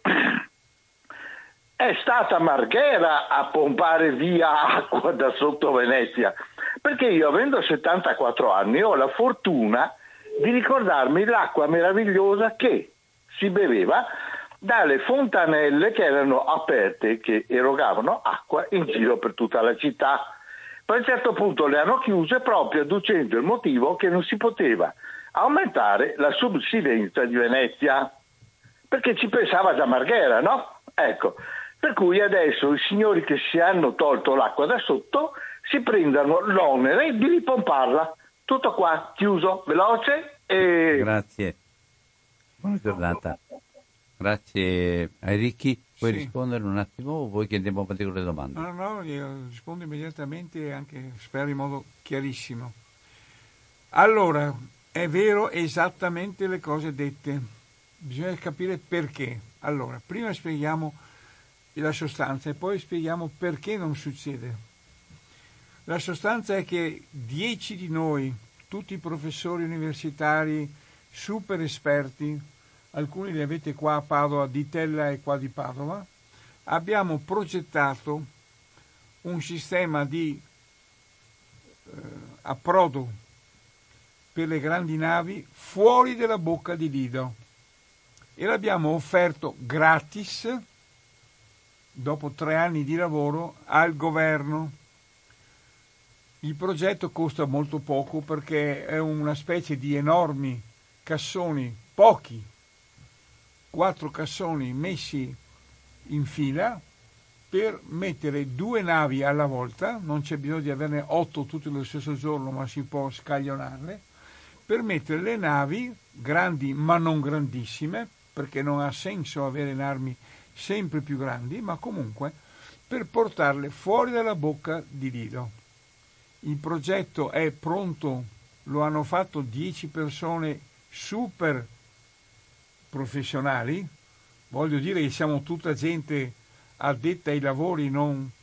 è stata Marghera a pompare via acqua da sotto Venezia, perché io, avendo 74 anni, ho la fortuna di ricordarmi l'acqua meravigliosa che si beveva dalle fontanelle che erano aperte, che erogavano acqua in giro per tutta la città. Poi a un certo punto le hanno chiuse proprio adducendo il motivo che non si poteva aumentare la subsidenza di Venezia, perché ci pensava già Marghera, no? Ecco, per cui adesso i signori che si hanno tolto l'acqua da sotto si prendono l'onere di ripomparla. Tutto qua, chiuso, veloce e... Grazie. Buona giornata. Grazie a Ricchi. Puoi rispondere un attimo o vuoi che andiamo avanti con le domande? No, io rispondo immediatamente e anche spero in modo chiarissimo. Allora, è vero esattamente le cose dette. Bisogna capire perché. Allora, prima spieghiamo la sostanza e poi spieghiamo perché non succede. La sostanza è che 10 di noi, tutti i professori universitari super esperti, alcuni li avete qua a Padova, di Tella e qua di Padova, abbiamo progettato un sistema di approdo per le grandi navi fuori dalla bocca di Lido e l'abbiamo offerto gratis, dopo 3 anni di lavoro, al governo. Il progetto costa molto poco perché è una specie di enormi cassoni, pochi, 4 cassoni messi in fila per mettere 2 navi alla volta, non c'è bisogno di averne 8 tutte lo stesso giorno, ma si può scaglionarle, per mettere le navi grandi ma non grandissime, perché non ha senso avere armi sempre più grandi, ma comunque per portarle fuori dalla bocca di Lido. Il progetto è pronto, lo hanno fatto 10 persone super professionali, voglio dire che siamo tutta gente addetta ai lavori, non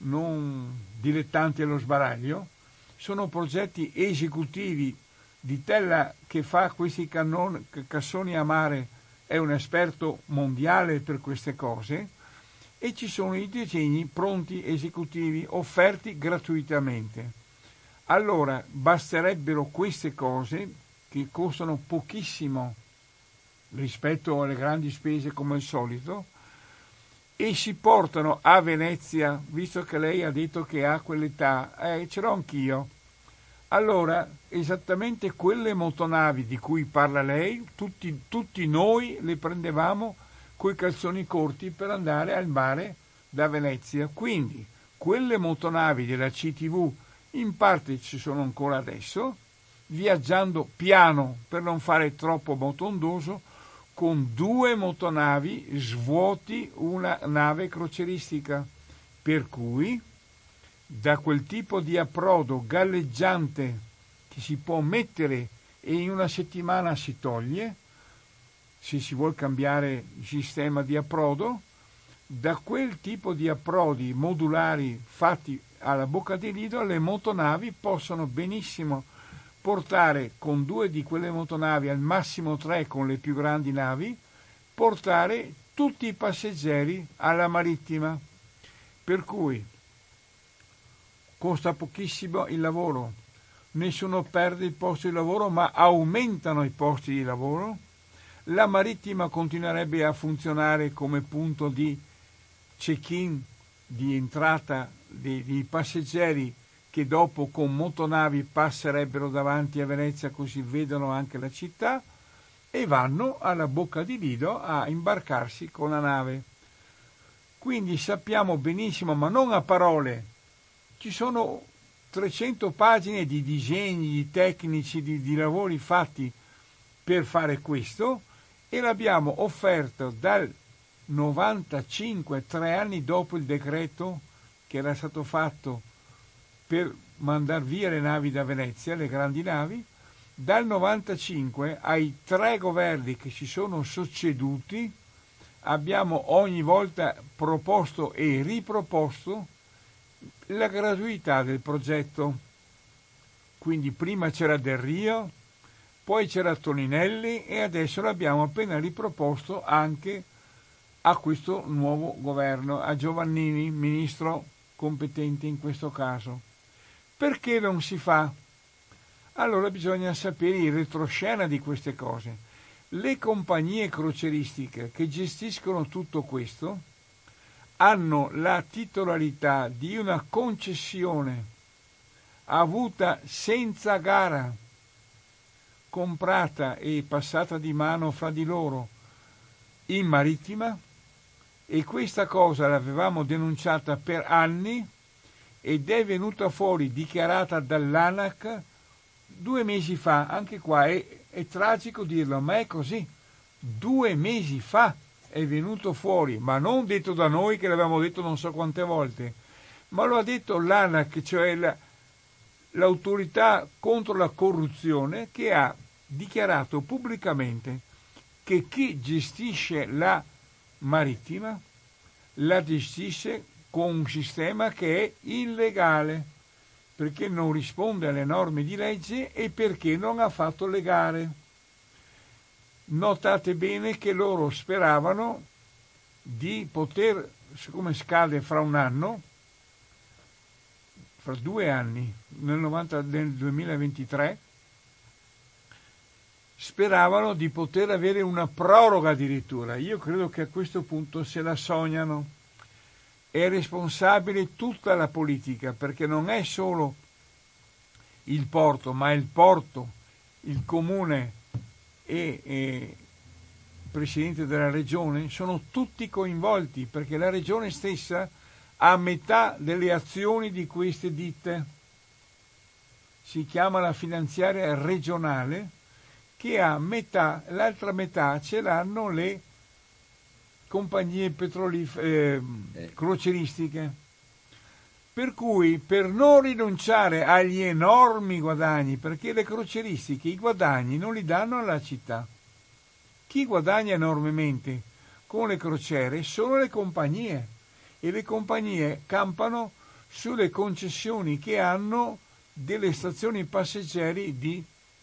dilettanti allo sbaraglio. Sono progetti esecutivi. Di Tella, che fa questi cassoni a mare, è un esperto mondiale per queste cose, e ci sono i disegni pronti esecutivi offerti gratuitamente. Allora basterebbero queste cose che costano pochissimo rispetto alle grandi spese come al solito, e si portano a Venezia, visto che lei ha detto che ha quell'età, ce l'ho anch'io. Allora, esattamente quelle motonavi di cui parla lei, tutti noi le prendevamo coi calzoni corti per andare al mare da Venezia. Quindi, quelle motonavi della CTV, in parte ci sono ancora adesso, viaggiando piano per non fare troppo motondoso, con 2 motonavi svuoti una nave crocieristica, per cui da quel tipo di approdo galleggiante che si può mettere e in una settimana si toglie, se si vuol cambiare il sistema di approdo, da quel tipo di approdi modulari fatti alla bocca di Lido, le motonavi possono benissimo portare, con 2 di quelle motonavi, al massimo 3 con le più grandi navi, portare tutti i passeggeri alla marittima, per cui costa pochissimo il lavoro, nessuno perde il posto di lavoro, ma aumentano i posti di lavoro. La marittima continuerebbe a funzionare come punto di check-in, di entrata di passeggeri che dopo con motonavi passerebbero davanti a Venezia, così vedono anche la città, e vanno alla bocca di Lido a imbarcarsi con la nave. Quindi sappiamo benissimo, ma non a parole, ci sono 300 pagine di disegni, di tecnici, di lavori fatti per fare questo, e l'abbiamo offerto dal 95, 3 anni dopo il decreto che era stato fatto per mandar via le navi da Venezia, le grandi navi. Dal 95 ai 3 governi che si sono succeduti abbiamo ogni volta proposto e riproposto la gratuità del progetto. Quindi prima c'era Del Rio, poi c'era Toninelli, e adesso l'abbiamo appena riproposto anche a questo nuovo governo, a Giovannini, ministro competente in questo caso. Perché non si fa? Allora bisogna sapere il retroscena di queste cose. Le compagnie crocieristiche che gestiscono tutto questo hanno la titolarità di una concessione avuta senza gara, comprata e passata di mano fra di loro in marittima, e questa cosa l'avevamo denunciata per anni ed è venuta fuori, dichiarata dall'ANAC 2 mesi fa. Anche qua è tragico dirlo, ma è così. 2 mesi fa è venuto fuori, ma non detto da noi, che l'avevamo detto non so quante volte, ma lo ha detto l'ANAC, cioè l'autorità contro la corruzione, che ha dichiarato pubblicamente che chi gestisce la marittima la gestisce con un sistema che è illegale, perché non risponde alle norme di legge e perché non ha fatto le gare. Notate bene che loro speravano di poter, siccome scade fra un anno, fra 2 anni, nel 2023, speravano di poter avere una proroga addirittura. Io credo che a questo punto se la sognano. È responsabile tutta la politica, perché non è solo il porto, ma il porto, il comune e il presidente della regione sono tutti coinvolti, perché la regione stessa ha metà delle azioni di queste ditte. Si chiama la finanziaria regionale, che ha metà, l'altra metà ce l'hanno le compagnie crocieristiche. Per cui, per non rinunciare agli enormi guadagni, perché le crocieristiche i guadagni non li danno alla città. Chi guadagna enormemente con le crociere sono le compagnie, e le compagnie campano sulle concessioni che hanno delle stazioni passeggeri di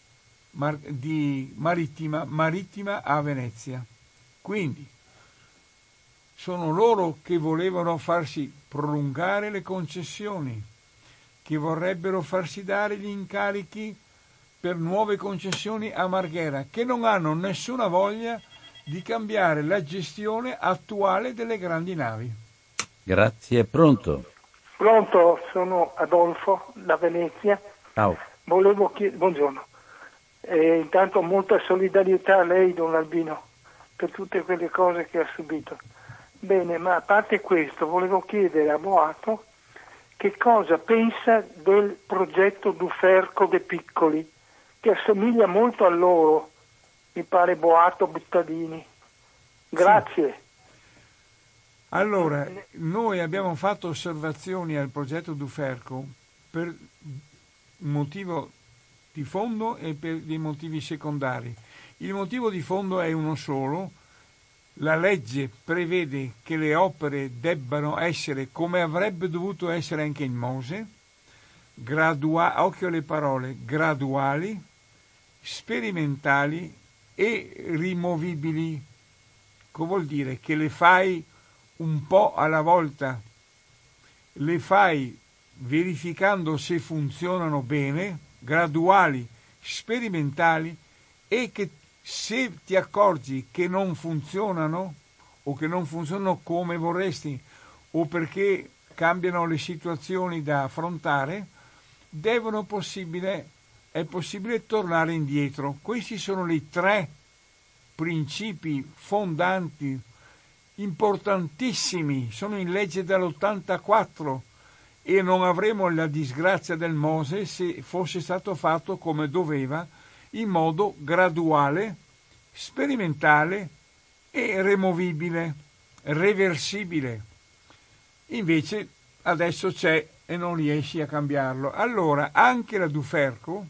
marittima a Venezia. Quindi sono loro che volevano farsi prolungare le concessioni, che vorrebbero farsi dare gli incarichi per nuove concessioni a Marghera, che non hanno nessuna voglia di cambiare la gestione attuale delle grandi navi. Grazie, pronto? Pronto, sono Adolfo da Venezia. Ciao. Volevo chiedere, buongiorno. Intanto molta solidarietà a lei, don Albino, per tutte quelle cose che ha subito. Bene, ma a parte questo, volevo chiedere a Boato che cosa pensa del progetto Duferco De Piccoli, che assomiglia molto a loro, mi pare Boato Buttadini. Grazie. Sì. Allora, noi abbiamo fatto osservazioni al progetto Duferco per un motivo di fondo e per dei motivi secondari. Il motivo di fondo è uno solo: la legge prevede che le opere debbano essere, come avrebbe dovuto essere anche in Mose, occhio alle parole, graduali, sperimentali e rimovibili. Che vuol dire che le fai un po' alla volta, le fai verificando se funzionano bene, graduali, sperimentali, e che se ti accorgi che non funzionano o che non funzionano come vorresti o perché cambiano le situazioni da affrontare, è possibile tornare indietro. Questi sono i 3 principi fondanti importantissimi, sono in legge dall'84 e non avremo la disgrazia del Mose se fosse stato fatto come doveva, in modo graduale, sperimentale e removibile, reversibile. Invece adesso c'è e non riesci a cambiarlo. Allora anche la Duferco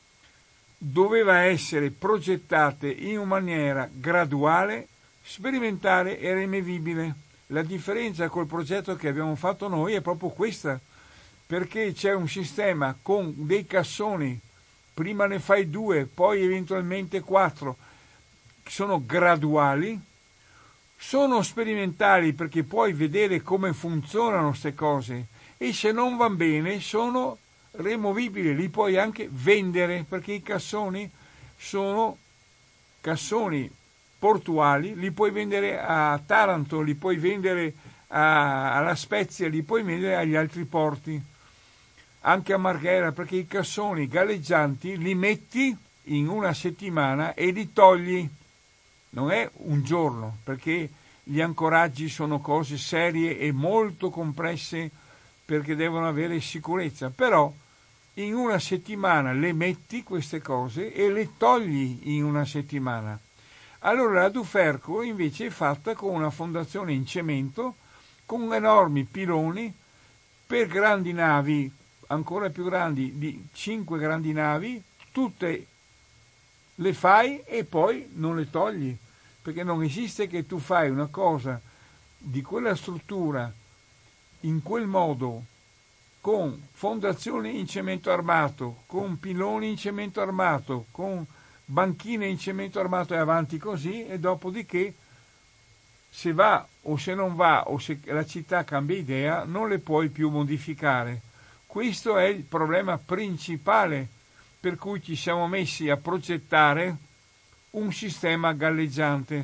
doveva essere progettata in una maniera graduale, sperimentale e removibile. La differenza col progetto che abbiamo fatto noi è proprio questa, perché c'è un sistema con dei cassoni, prima ne fai 2, poi eventualmente 4, sono graduali, sono sperimentali perché puoi vedere come funzionano queste cose e se non vanno bene sono removibili, li puoi anche vendere perché i cassoni sono cassoni portuali, li puoi vendere a Taranto, li puoi vendere alla Spezia, li puoi vendere agli altri porti, anche a Marghera, perché i cassoni galleggianti li metti in una settimana e li togli, non è un giorno, perché gli ancoraggi sono cose serie e molto complesse perché devono avere sicurezza, però in una settimana le metti queste cose e le togli in una settimana. Allora la Duferco invece è fatta con una fondazione in cemento, con enormi piloni per grandi navi, ancora più grandi di 5 grandi navi, tutte le fai e poi non le togli, perché non esiste che tu fai una cosa di quella struttura in quel modo, con fondazioni in cemento armato, con piloni in cemento armato, con banchine in cemento armato e avanti così, e dopodiché se va o se non va o se la città cambia idea non le puoi più modificare. Questo è il problema principale per cui ci siamo messi a progettare un sistema galleggiante.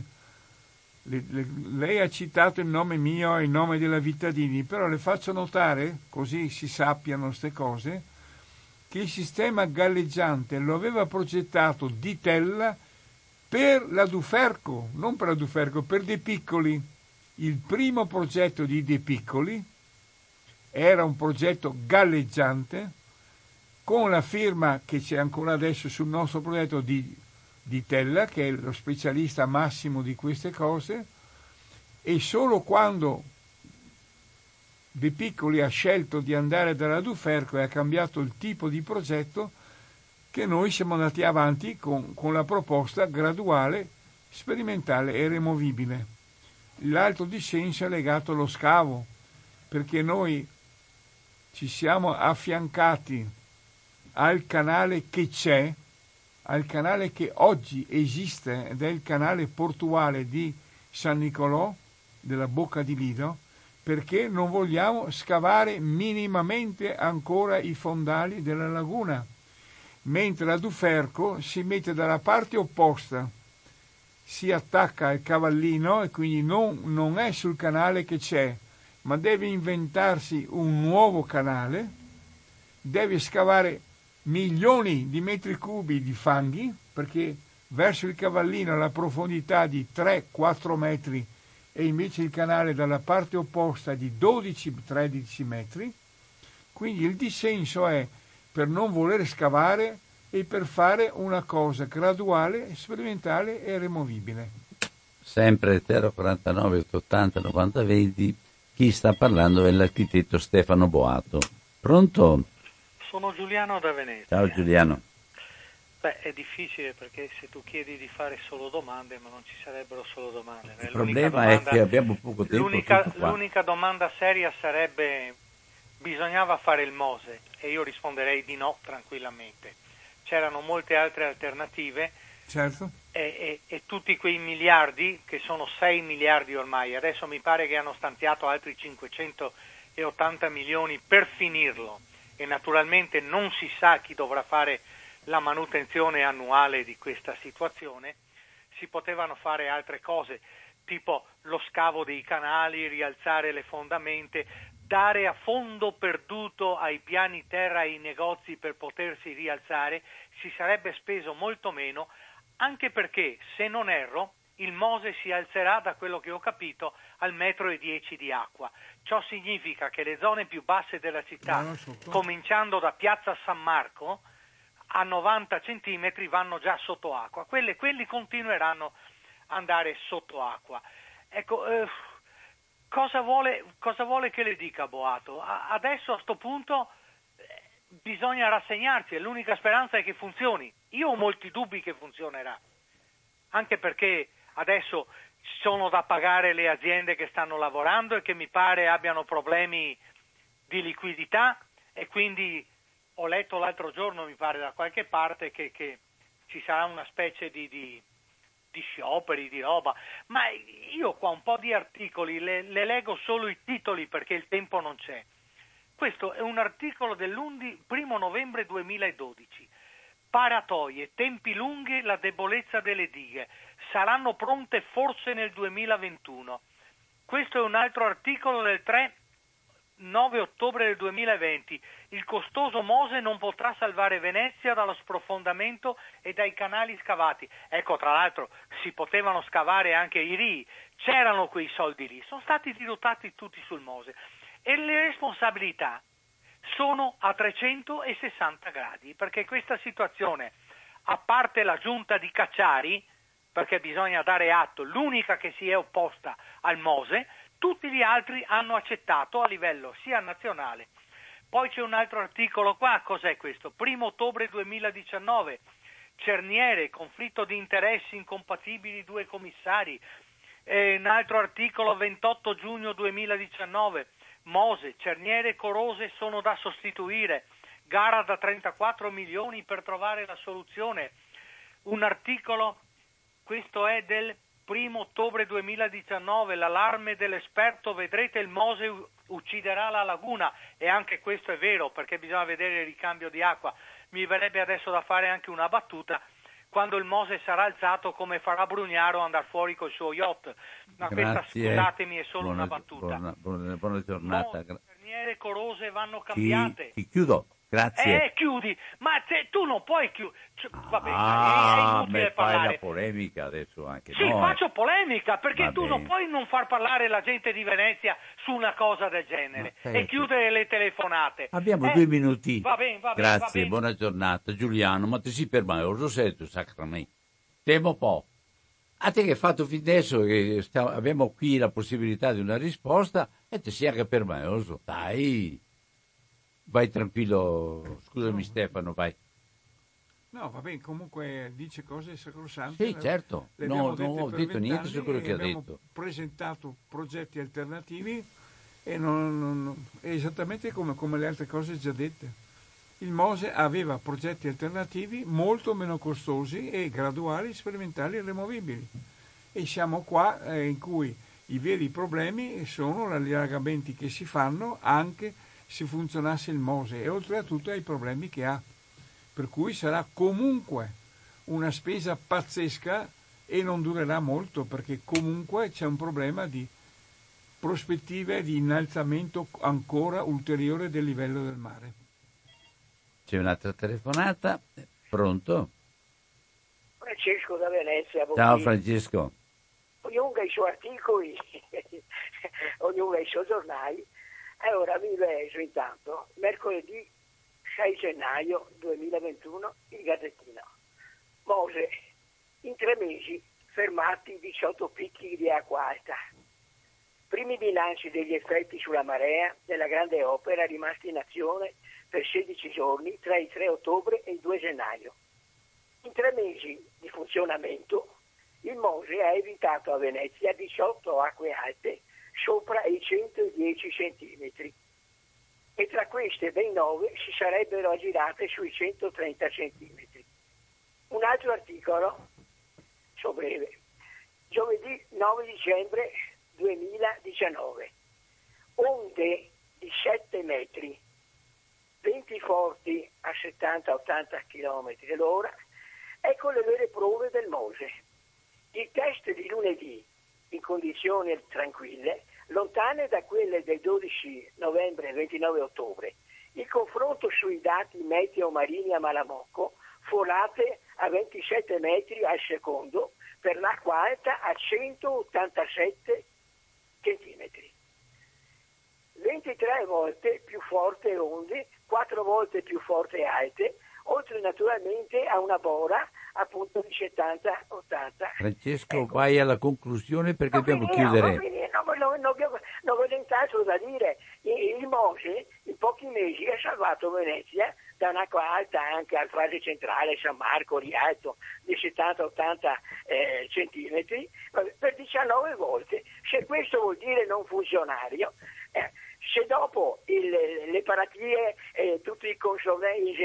Lei ha citato il nome mio e il nome della Vittadini, però le faccio notare, così si sappiano queste cose, che il sistema galleggiante lo aveva progettato Di Tella per la Duferco, non per la Duferco, per De Piccoli. Il primo progetto di De Piccoli era un progetto galleggiante con la firma che c'è ancora adesso sul nostro progetto di Tella, che è lo specialista massimo di queste cose, e solo quando De Piccoli ha scelto di andare dalla Duferco e ha cambiato il tipo di progetto che noi siamo andati avanti con la proposta graduale, sperimentale e removibile. L'altro dissenso è legato allo scavo, perché noi ci siamo affiancati al canale che c'è, al canale che oggi esiste ed è il canale portuale di San Nicolò, della Bocca di Lido, perché non vogliamo scavare minimamente ancora i fondali della laguna, mentre la Duferco si mette dalla parte opposta, si attacca al cavallino e quindi non è sul canale che c'è, ma deve inventarsi un nuovo canale, deve scavare milioni di metri cubi di fanghi, perché verso il cavallino la profondità di 3-4 metri e invece il canale dalla parte opposta di 12-13 metri, quindi il dissenso è per non voler scavare e per fare una cosa graduale, sperimentale e removibile. Sempre 049 880 90 20, chi sta parlando è l'architetto Stefano Boato. Pronto? Sono Giuliano da Venezia. Ciao Giuliano. Beh, è difficile perché se tu chiedi di fare solo domande, ma non ci sarebbero solo domande. Il problema è che abbiamo poco tempo. L'unica domanda seria sarebbe: bisognava fare il Mose? E io risponderei di no tranquillamente. C'erano molte altre alternative. Certo. E tutti quei miliardi, che sono 6 miliardi ormai, adesso mi pare che hanno stanziato altri 580 milioni per finirlo, e naturalmente non si sa chi dovrà fare la manutenzione annuale di questa situazione. Si potevano fare altre cose, tipo lo scavo dei canali, rialzare le fondamenta, dare a fondo perduto ai piani terra e ai negozi per potersi rialzare. Si sarebbe speso molto meno, anche perché, se non erro, il Mose si alzerà, da quello che ho capito, al 1,10 m di acqua. Ciò significa che le zone più basse della città, cominciando da Piazza San Marco, a 90 centimetri vanno già sotto acqua. Quelli continueranno ad andare sotto acqua. Ecco, cosa vuole che le dica Boato? Adesso a sto punto bisogna rassegnarsi, e l'unica speranza è che funzioni. Io ho molti dubbi che funzionerà, anche perché adesso sono da pagare le aziende che stanno lavorando e che mi pare abbiano problemi di liquidità, e quindi ho letto l'altro giorno, mi pare da qualche parte, che ci sarà una specie di scioperi, di roba, ma io qua un po' di articoli le leggo solo i titoli perché il tempo non c'è. Questo è un articolo dell'1 novembre 2012. Paratoie, tempi lunghi, la debolezza delle dighe. Saranno pronte forse nel 2021. Questo è un altro articolo del 9 ottobre del 2020. Il costoso Mose non potrà salvare Venezia dallo sprofondamento e dai canali scavati. Ecco, tra l'altro, si potevano scavare anche i rii. C'erano quei soldi lì. Sono stati dirottati tutti sul Mose. E le responsabilità sono a 360 gradi, perché questa situazione, a parte la giunta di Cacciari, perché bisogna dare atto, l'unica che si è opposta al Mose, tutti gli altri hanno accettato a livello sia nazionale. Poi c'è un altro articolo qua, cos'è questo? 1 ottobre 2019, Cerniere, conflitto di interessi incompatibili 2 commissari. Un altro articolo 28 giugno 2019, Mose, Cerniere corrose sono da sostituire, gara da 34 milioni per trovare la soluzione. Un articolo, questo è del 1 ottobre 2019, l'allarme dell'esperto, vedrete il Mose ucciderà la laguna, e anche questo è vero, perché bisogna vedere il ricambio di acqua. Mi verrebbe adesso da fare anche una battuta: quando il Mose sarà alzato, come farà Brugnaro ad andare fuori col suo yacht? Ma questa, scusatemi, è solo una battuta. Buona giornata. Cerniere corrose vanno cambiate. Ti chiudo, grazie. Chiudi, ma tu non puoi chiudere. Vabbè, è inutile parlare. Fai la polemica adesso anche. Sì, faccio polemica, perché tu non puoi non far parlare la gente di Venezia su una cosa del genere e chiudere le telefonate. Abbiamo 2 minuti. Va bene. Grazie, buona giornata. Giuliano, ma ti si permane, sei tu, sacramento. Temo un po'. A te che hai fatto fin adesso, che abbiamo qui la possibilità di una risposta, e ti sia che permane, dai. Vai tranquillo, scusami Stefano, vai. No, va bene, comunque dice cose sacrosante. Sì, certo, non ho detto niente su quello che ha detto. Abbiamo presentato progetti alternativi e non è esattamente come le altre cose già dette. Il Mose aveva progetti alternativi molto meno costosi e graduali, sperimentali e removibili. E siamo qua in cui i veri problemi sono gli allagamenti che si fanno anche se funzionasse il Mose, e oltre a tutto ai problemi che ha, per cui sarà comunque una spesa pazzesca e non durerà molto, perché comunque c'è un problema di prospettive di innalzamento ancora ulteriore del livello del mare. C'è un'altra telefonata, pronto? Francesco da Venezia. Ciao Francesco. Ognuno ha i suoi articoli, ognuno ha i suoi giornali. E ora vi leggo intanto, mercoledì 6 gennaio 2021, il Gazzettino. Mose, in 3 mesi fermati 18 picchi di acqua alta. Primi bilanci degli effetti sulla marea della grande opera rimasti in azione per 16 giorni tra il 3 ottobre e il 2 gennaio. In 3 mesi di funzionamento, il Mose ha evitato a Venezia 18 acque alte sopra i 110 centimetri, e tra queste ben 9 si sarebbero aggirate sui 130 centimetri. Un altro articolo, so breve, giovedì 9 dicembre 2019, onde di 7 metri, venti forti a 70-80 km all'ora, ecco le vere prove del Mose. Il test di lunedì, in condizioni tranquille, lontane da quelle del 12 novembre e 29 ottobre, il confronto sui dati meteo marini a Malamocco, folate a 27 metri al secondo per l'acqua alta a 187 centimetri. 23 volte più forte onde, 4 volte più forte alte, oltre naturalmente a una bora appunto di 70-80. Francesco, Ecco. vai alla conclusione perché dobbiamo chiudere. Non ho nient'altro da dire. Il Mose in pochi mesi ha salvato Venezia da un'acqua alta anche al Frase Centrale, San Marco, Rialto, di 70-80 centimetri per 19 volte. Se questo vuol dire non funzionario, se dopo le paratie, tutti i consomei,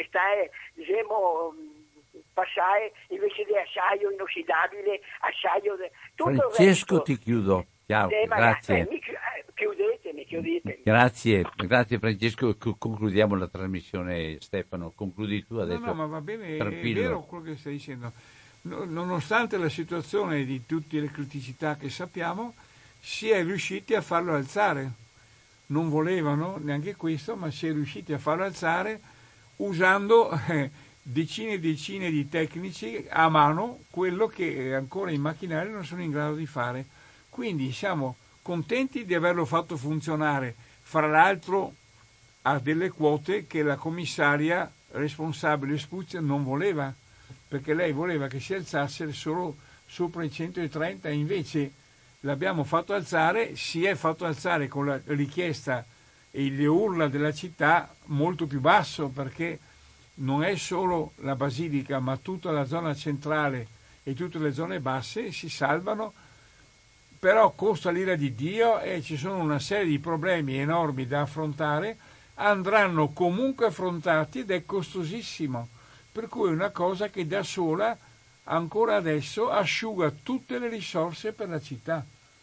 passare invece di acciaio inossidabile, acciaio tutto Francesco, il resto. ti chiudo. Ciao, grazie. Chiudetemi. Grazie Francesco. Concludiamo la trasmissione. Stefano, concludi tu adesso. No, ma va bene, tranquillo. è vero quello che stai dicendo. Nonostante la situazione di tutte le criticità che sappiamo, si è riusciti a farlo alzare. Non volevano neanche questo, ma si è riusciti a farlo alzare usando decine e decine di tecnici a mano, quello che ancora i macchinari non sono in grado di fare. Quindi siamo contenti di averlo fatto funzionare, fra l'altro a delle quote che la commissaria responsabile Spuzia non voleva, perché lei voleva che si alzasse solo sopra i 130, invece l'abbiamo fatto alzare, si è fatto alzare con la richiesta e le urla della città molto più basso, perché non è solo la Basilica, ma tutta la zona centrale e tutte le zone basse si salvano, però costa l'ira di Dio e ci sono una serie di problemi enormi da affrontare, andranno comunque affrontati ed è costosissimo, per cui è una cosa che da sola ancora adesso asciuga tutte le risorse per la città,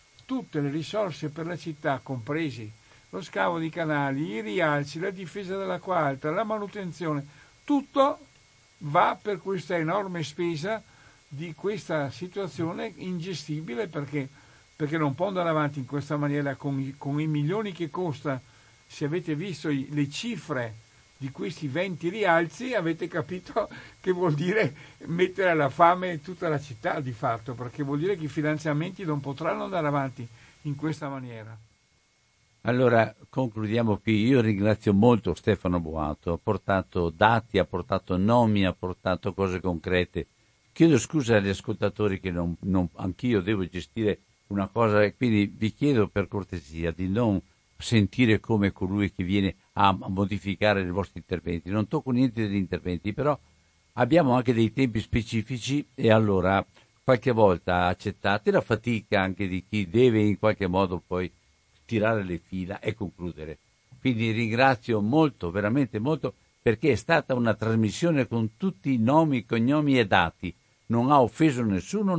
compresi lo scavo di canali, i rialzi, la difesa dell'acqua alta, la manutenzione, tutto va per questa enorme spesa di questa situazione ingestibile, perché non può andare avanti in questa maniera con i milioni che costa. Se avete visto le cifre di questi 20 rialzi, avete capito che vuol dire mettere alla fame tutta la città di fatto, perché vuol dire che i finanziamenti non potranno andare avanti in questa maniera. Allora concludiamo qui. Io ringrazio molto Stefano Boato, ha portato dati, ha portato nomi, ha portato cose concrete. Chiedo scusa agli ascoltatori che anch'io devo gestire una cosa, quindi vi chiedo per cortesia di non sentire come colui che viene a modificare i vostri interventi. Non tocco niente degli interventi, però abbiamo anche dei tempi specifici e allora qualche volta accettate la fatica anche di chi deve in qualche modo poi tirare le fila e concludere. Quindi ringrazio molto, veramente molto, perché è stata una trasmissione con tutti i nomi, cognomi e dati. Non ha offeso nessuno,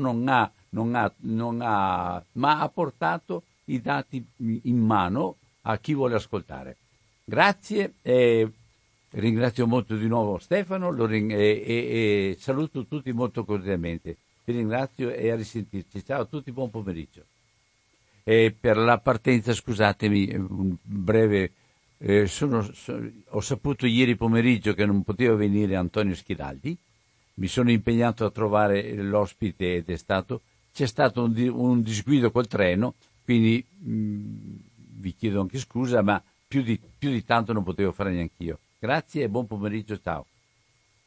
ma ha portato i dati in mano a chi vuole ascoltare. Grazie e ringrazio molto di nuovo Stefano e saluto tutti molto cordialmente. Vi ringrazio e a risentirci. Ciao a tutti, buon pomeriggio. E per la partenza, scusatemi, un breve, ho saputo ieri pomeriggio che non poteva venire Antonio Schiraldi, mi sono impegnato a trovare l'ospite ed c'è stato un disguido col treno, quindi vi chiedo anche scusa, ma più di tanto non potevo fare neanch'io. Grazie e buon pomeriggio, ciao.